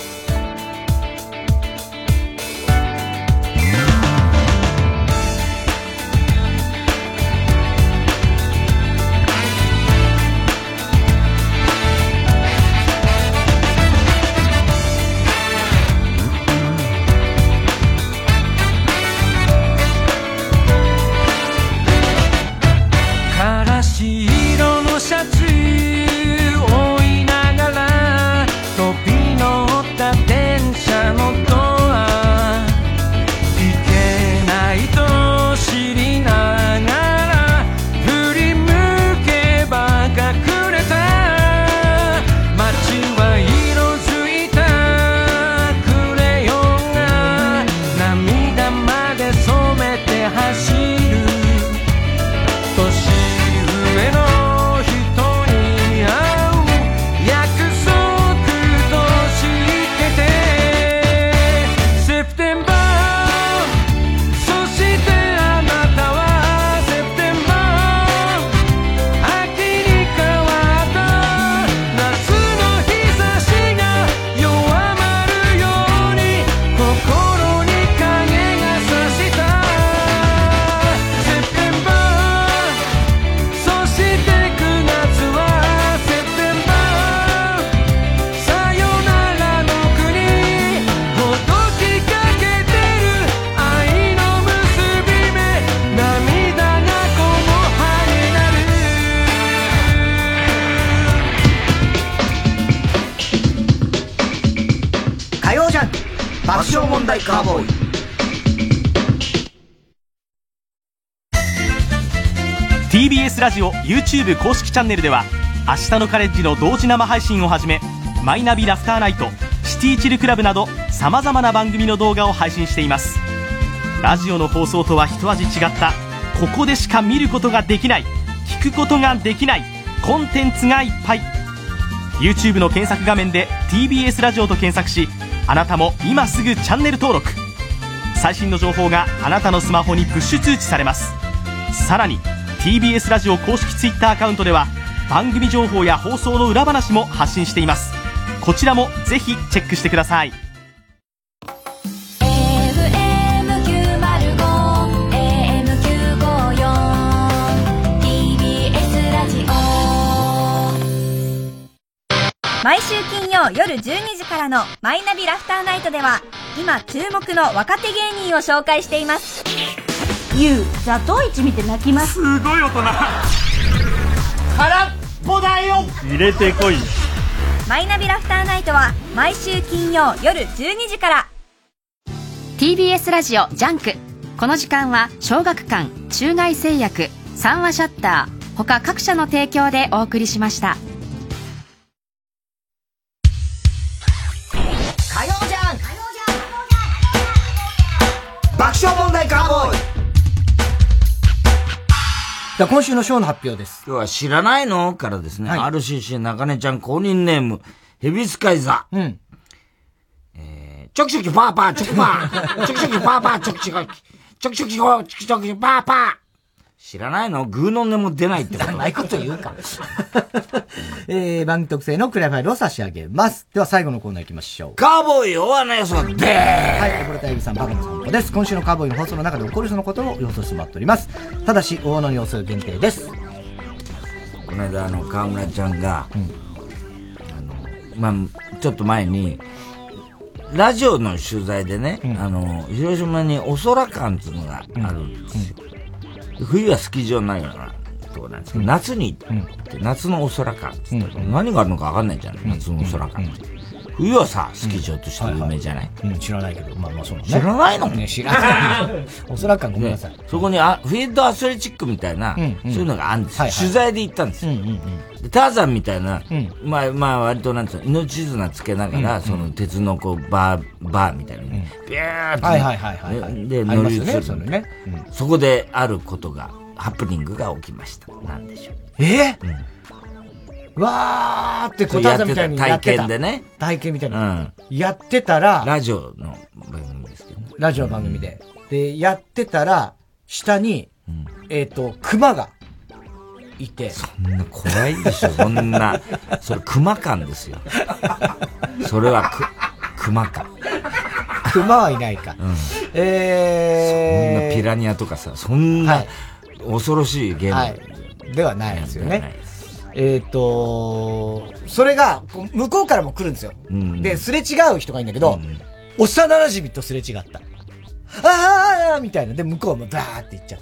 爆笑問題カーボーイ。 TBS ラジオ YouTube 公式チャンネルでは明日のカレッジの同時生配信をはじめ、マイナビラフターナイト、シティチルクラブなどさまざまな番組の動画を配信しています。ラジオの放送とは一味違ったここでしか見ることができない、聞くことができないコンテンツがいっぱい。 YouTube の検索画面で TBS ラジオと検索し、あなたも今すぐチャンネル登録。最新の情報があなたのスマホにプッシュ通知されます。さらに TBS ラジオ公式 Twitter アカウントでは番組情報や放送の裏話も発信しています。こちらもぜひチェックしてください。 毎週金曜夜12時からのマイナビラフターナイトでは今注目の若手芸人を紹介しています。 ユウ、ザトウイチ見て泣きます。 すごい大人。 空っぽだよ。 入れてこい。 マイナビラフターナイトは毎週金曜夜12時から。 TBS ラジオジャンク。この時間は小学館、中外製薬、三話シャッター他各社の提供でお送りしました。 火曜ジャンク爆笑問題カーボーイ。今週のショーの発表です。 今日は知らないのからですね、はい、RCC 中根ちゃん公認ネームヘビスカイザ。うん。チョキチョキパーパーチョキパーチョキチョキパーパーチョキチョキチョキチョキチョキチョキパーパー。知らないの？グーの音も出ないってこと。 ないこと言うか。番組特製のクリアファイルを差し上げます。では最後のコーナー行きましょう。 カーボーイ大穴予想でーす。 はい、これたゆびさんバカの散歩です。今週のカーボーイの放送の中で起こるそのことを予想してもらっております。ただし大穴の予想限定です。 この間河村ちゃんが、まあちょっと前にラジオの取材でね、広島にお空館っていうのがあるんですよ。冬はスキー場ないようなとこなんですけど、夏に行って、夏のお空館って言ったら、何があるのか分かんないじゃない、夏のお空館って。冬はさ、スキー場として有名じゃない、 知らないけど、まあそうね。 知らないのね、知らない。おそらくごめんなさい。 そこにフィールドアスレチックみたいな、そういうのがあるんですよ。取材で行ったんですよ。ターザンみたいな、まあ割となんつうの、命綱つけながら、その鉄のこう、バーみたいなね、ビューって、で、乗り移る。そこであることが、ハプニングが起きました。なんでしょう。 わーってこたざみたいにやってた。 体験でね。 体験みたいな。やってたら、 ラジオの番組ですけどね。 ラジオの番組で。で、やってたら、下に、熊がいて。 そんな怖いでしょ、そんな。それ熊感ですよ。それは熊感。 熊はいないか。 そんなピラニアとかさ、そんな恐ろしいゲーム。ではないですよね。それが、向こうからも来るんですよ。で、すれ違う人がいいんだけど、幼馴染とすれ違った。あーみたいな。で、向こうもバーって行っちゃって。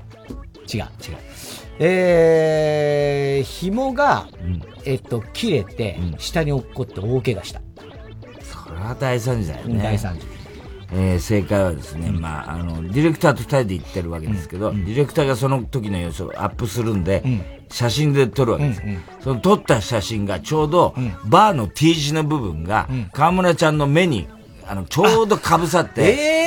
違う。紐が、切れて、下に落っこって大怪我した。 それは大惨事だよね。 大惨事。 正解はですね、ディレクターと二人で行ってるわけですけど、ディレクターがその時の様子をアップするんで、写真で撮るわけです。その撮った写真がちょうど、バーの T 字の部分が、河村ちゃんの目に、ちょうど被さって、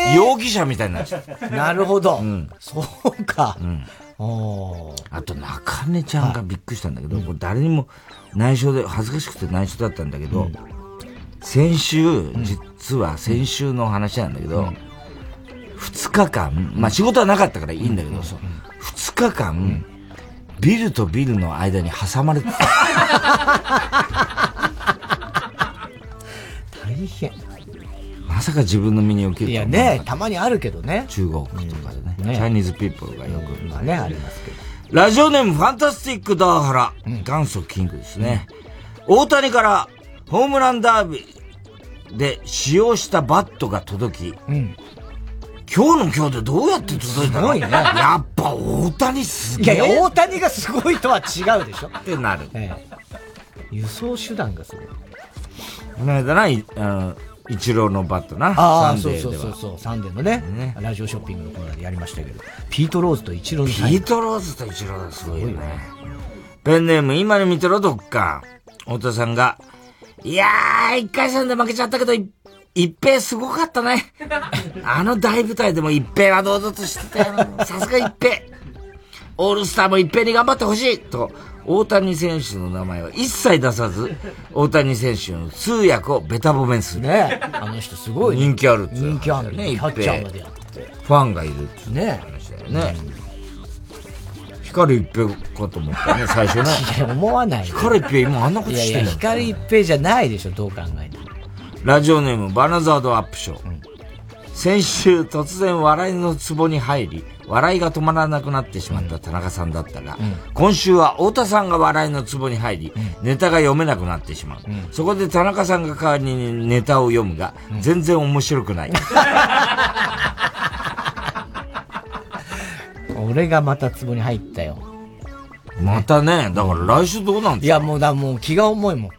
容疑者みたいになっちゃった。 なるほど。そうか。 あと、中根ちゃんがびっくりしたんだけど、誰にも内緒で、恥ずかしくて内緒だったんだけど、実は先週の話なんだけど、2日間、仕事はなかったからいいんだけど、2日間、ビルとビルの間に挟まれてた。 大変。 まさか自分の身に起きると。 いやね、たまにあるけどね。 中国とかでね。チャイニーズピープルがよく。 ありますけど。 ラジオネームファンタスティックダーハラ。元祖キングですね。大谷からホームランダービーで使用したバットが届き、今日の今日でどうやって届いたの？ すごいね。 やっぱ大谷すげえ。 いや、大谷がすごいとは違うでしょってなる。 輸送手段がすごい。 この間な、イチローのバットな。 そう、サンデーのね。ラジオショッピングのコーナーでやりましたけど。ピートローズとイチローのピートローズとイチローだ、すごいよね。ペンネーム、今に見てろ、どっか。太田さんが、いやー、1回戦で負けちゃったけど、一平すごかったね。あの大舞台でも一平は堂々としてたよ。さすが一平。オールスターも一平に頑張ってほしいと、大谷選手の名前は一切出さず、大谷選手の通訳をベタ褒めする。 ね、あの人すごい、 人気あるって。 人気あるね、 一平。 キャッチャーまでやって。 ファンがいるってね。話だよね。光一平かと思ったね、最初ね。 いや、思わない。 光一平今あんなことしてるんだ。 光一平じゃないでしょ、どう考えても。 ラジオネームバナザードアップショー。先週突然笑いの壺に入り、笑いが止まらなくなってしまった田中さんだったが、今週は太田さんが笑いの壺に入り、ネタが読めなくなってしまう。そこで田中さんが代わりにネタを読むが、全然面白くない。 俺がまた壺に入ったよ。 またね、だから来週どうなんですか？ いや、もう気が重いもん。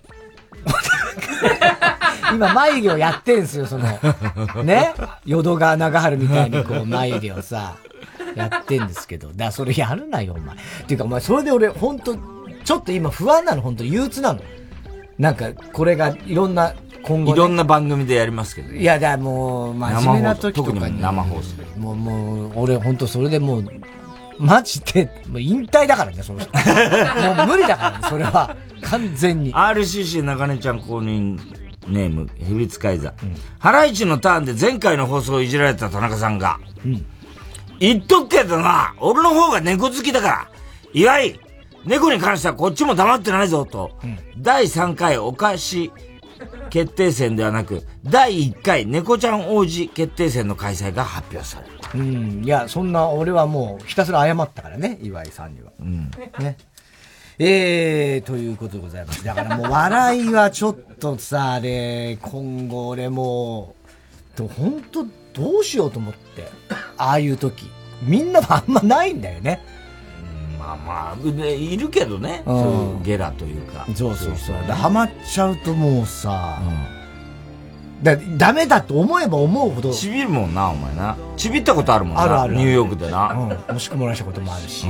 今、眉毛をやってんすよ、ね。淀川長春みたいにこう、眉毛をさ、やってんですけど。それやるなよ、お前。っていうか、お前、それで俺、ほんと、ちょっと今不安なの、ほんと、憂鬱なの。なんか、これが、いろんな、今後、 いろんな番組でやりますけどね。 いや、もう、真面目な時とかに。 特に生放送。 もう、俺、ほんと、それでもう、マジで、もう引退だからね、その人。もう無理だからね、それは。完全に。 RCC 中根ちゃん公認ネーム、ヘビ使い座。ハライチのターンで前回の放送をいじられた田中さんが、言っとくけどな、俺の方が猫好きだから、岩井、猫に関してはこっちも黙ってないぞ、と、第3回お菓子決定戦ではなく、第1回猫ちゃん王子決定戦の開催が発表される。 いや、そんな、俺はもうひたすら謝ったからね、岩井さんには。ね。 ということでございます。だからもう笑いはちょっとさ、あれ、今後俺もう、本当どうしようと思って、ああいう時。みんなもあんまないんだよね。 まあまあ、いるけどね。そういうゲラというか。 そうそうそう。ハマっちゃうともうさ、ダメだと思えば思うほど。 ちびるもんな、お前な。ちびったことあるもんな。あるある。ニューヨークでな。 もしくもらしたこともあるし。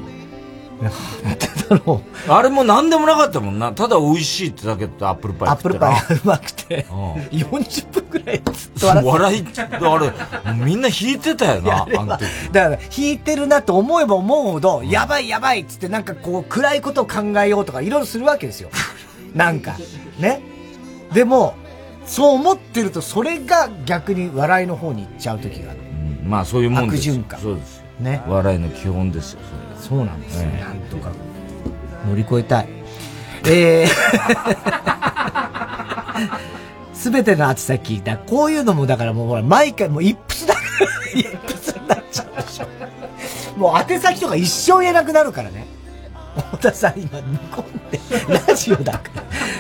あれも何でもなかったもんな。ただ美味しいってだけとアップルパイ。 アップルパイがうまくて、40分くらいずっと笑い、あれ、みんな引いてたよな、あの時。 だから、引いてるなと思えば思うほど、やばいやばいっつってなんかこう、暗いことを考えようとかいろいろするわけですよ。なんか、ね。でも、そう思ってると、それが逆に笑いの方に行っちゃう時がある。 まあそういうもんですよ。 悪循環。 そうですよ。 ね。 笑いの基本ですよ。 そうなんですよ。なんとか乗り越えたい。すべての厚さ聞いた。こういうのもだからもうほら、毎回もう一筆だから、一筆になっちゃうでしょ。もう宛先とか一生言えなくなるからね。太田さん今向こうで、ラジオだから。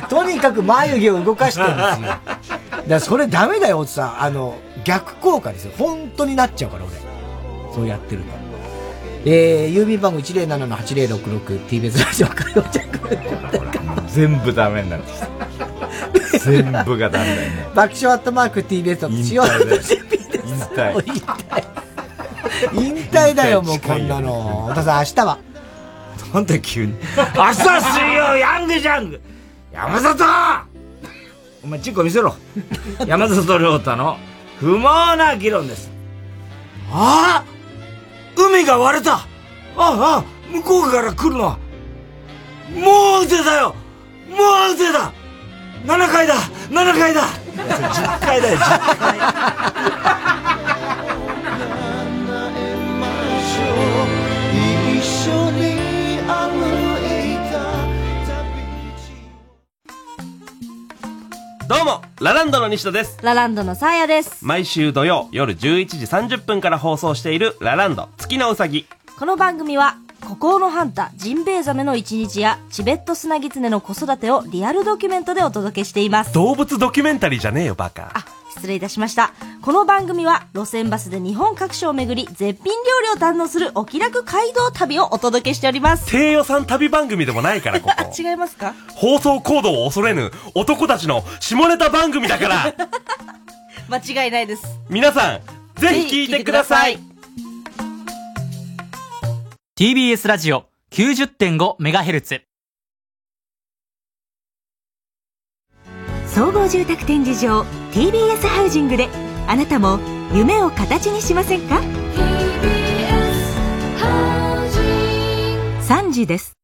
とにかく眉毛を動かしてるんですよ。だからそれダメだよ、太田さん。逆効果ですよ。本当になっちゃうから俺。そうやってるから。郵便番号 107-8066 TBS ラジオ火曜ジャンク全部ダメになってきた。全部がダメだよね。 爆笑アットマーク TBS の塩の JP です。引退だよもうこんなの。太田さん明日はなんで急に明日水曜ヤングジャング山里お前チンコ見せろ。山里亮太の不毛な議論です。ああ海が割れた。向こうから来るのはもう腕だよ。もう腕だ。7回だ10回だよ10回。 一緒に歩いたどうもラランドの西田です。 ラランドのサーヤです。 毎週土曜夜11時30分から放送しているラランド月のうさぎ。 この番組は孤高のハンタジンベエザメの一日やチベットスナギツネの子育てをリアルドキュメントでお届けしています。 動物ドキュメンタリーじゃねえよバカ。 失礼いたしました。この番組は路線バスで日本各所を巡り絶品料理を堪能するお気楽街道旅をお届けしております。 低予算旅番組でもないからここ。 違いますか？ 放送コードを恐れぬ男たちの下ネタ番組だから。 間違いないです。 皆さんぜひ聞いてください。 TBS ラジオ 90.5MHz 総合住宅展示場 TBS ハウジングであなたも夢を形にしませんか？3時です。